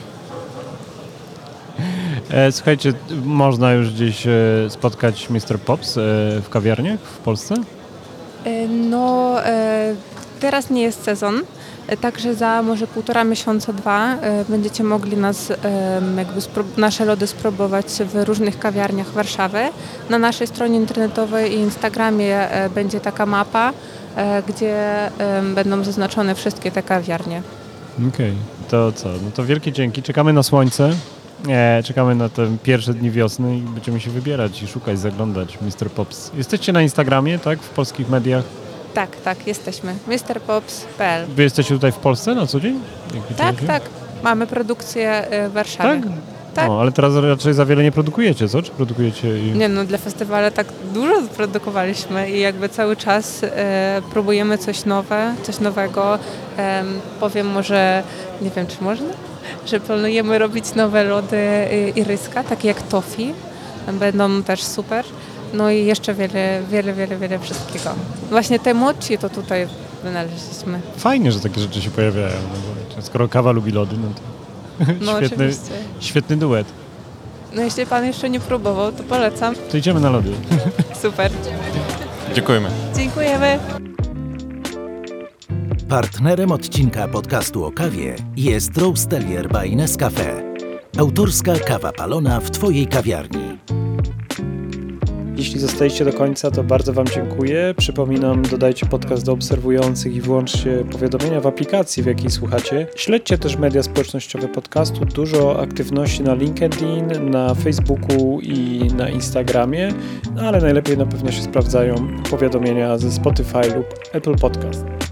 E, słuchajcie, można już gdzieś e, spotkać mister Pops e, w kawiarniach w Polsce? E, no, e, teraz nie jest sezon. Także za może półtora miesiąca, dwa e, będziecie mogli nas, e, jakby sprób- nasze lody spróbować w różnych kawiarniach Warszawy. Na naszej stronie internetowej i Instagramie e, będzie taka mapa, e, gdzie e, będą zaznaczone wszystkie te kawiarnie. Okej, okay. To co? No to wielkie dzięki. Czekamy na słońce, e, czekamy na te pierwsze dni wiosny i będziemy się wybierać i szukać, zaglądać mister Pops. Jesteście na Instagramie, tak? W polskich mediach? Tak, tak, jesteśmy. mister pops kropka p l. Wy jesteście tutaj w Polsce na co dzień? Jak tak, tak. Mamy produkcję w Warszawie. Tak? Tak. O, ale teraz raczej za wiele nie produkujecie, co? Czy produkujecie? I... Nie no, dla festiwalu tak dużo produkowaliśmy i jakby cały czas e, próbujemy coś nowe, coś nowego. E, powiem może, nie wiem czy można, że planujemy robić nowe lody i, i ryska, takie jak toffee. Będą też super. No i jeszcze wiele, wiele, wiele, wiele wszystkiego. Właśnie te mochi to tutaj wynaleźliśmy. Fajnie, że takie rzeczy się pojawiają. No bo skoro kawa lubi lody, no to no świetny, oczywiście. Świetny duet. No jeśli pan jeszcze nie próbował, to polecam. To idziemy na lody. Super. Dziękujemy. Dziękujemy. Partnerem odcinka podcastu o kawie jest Roastelier by Nescafe. Autorska kawa palona w Twojej kawiarni. Jeśli zostaliście do końca, to bardzo Wam dziękuję. Przypominam, dodajcie podcast do obserwujących i włączcie powiadomienia w aplikacji, w jakiej słuchacie. Śledźcie też media społecznościowe podcastu. Dużo aktywności na LinkedIn, na Facebooku i na Instagramie, no ale najlepiej na pewno się sprawdzają powiadomienia ze Spotify lub Apple Podcast.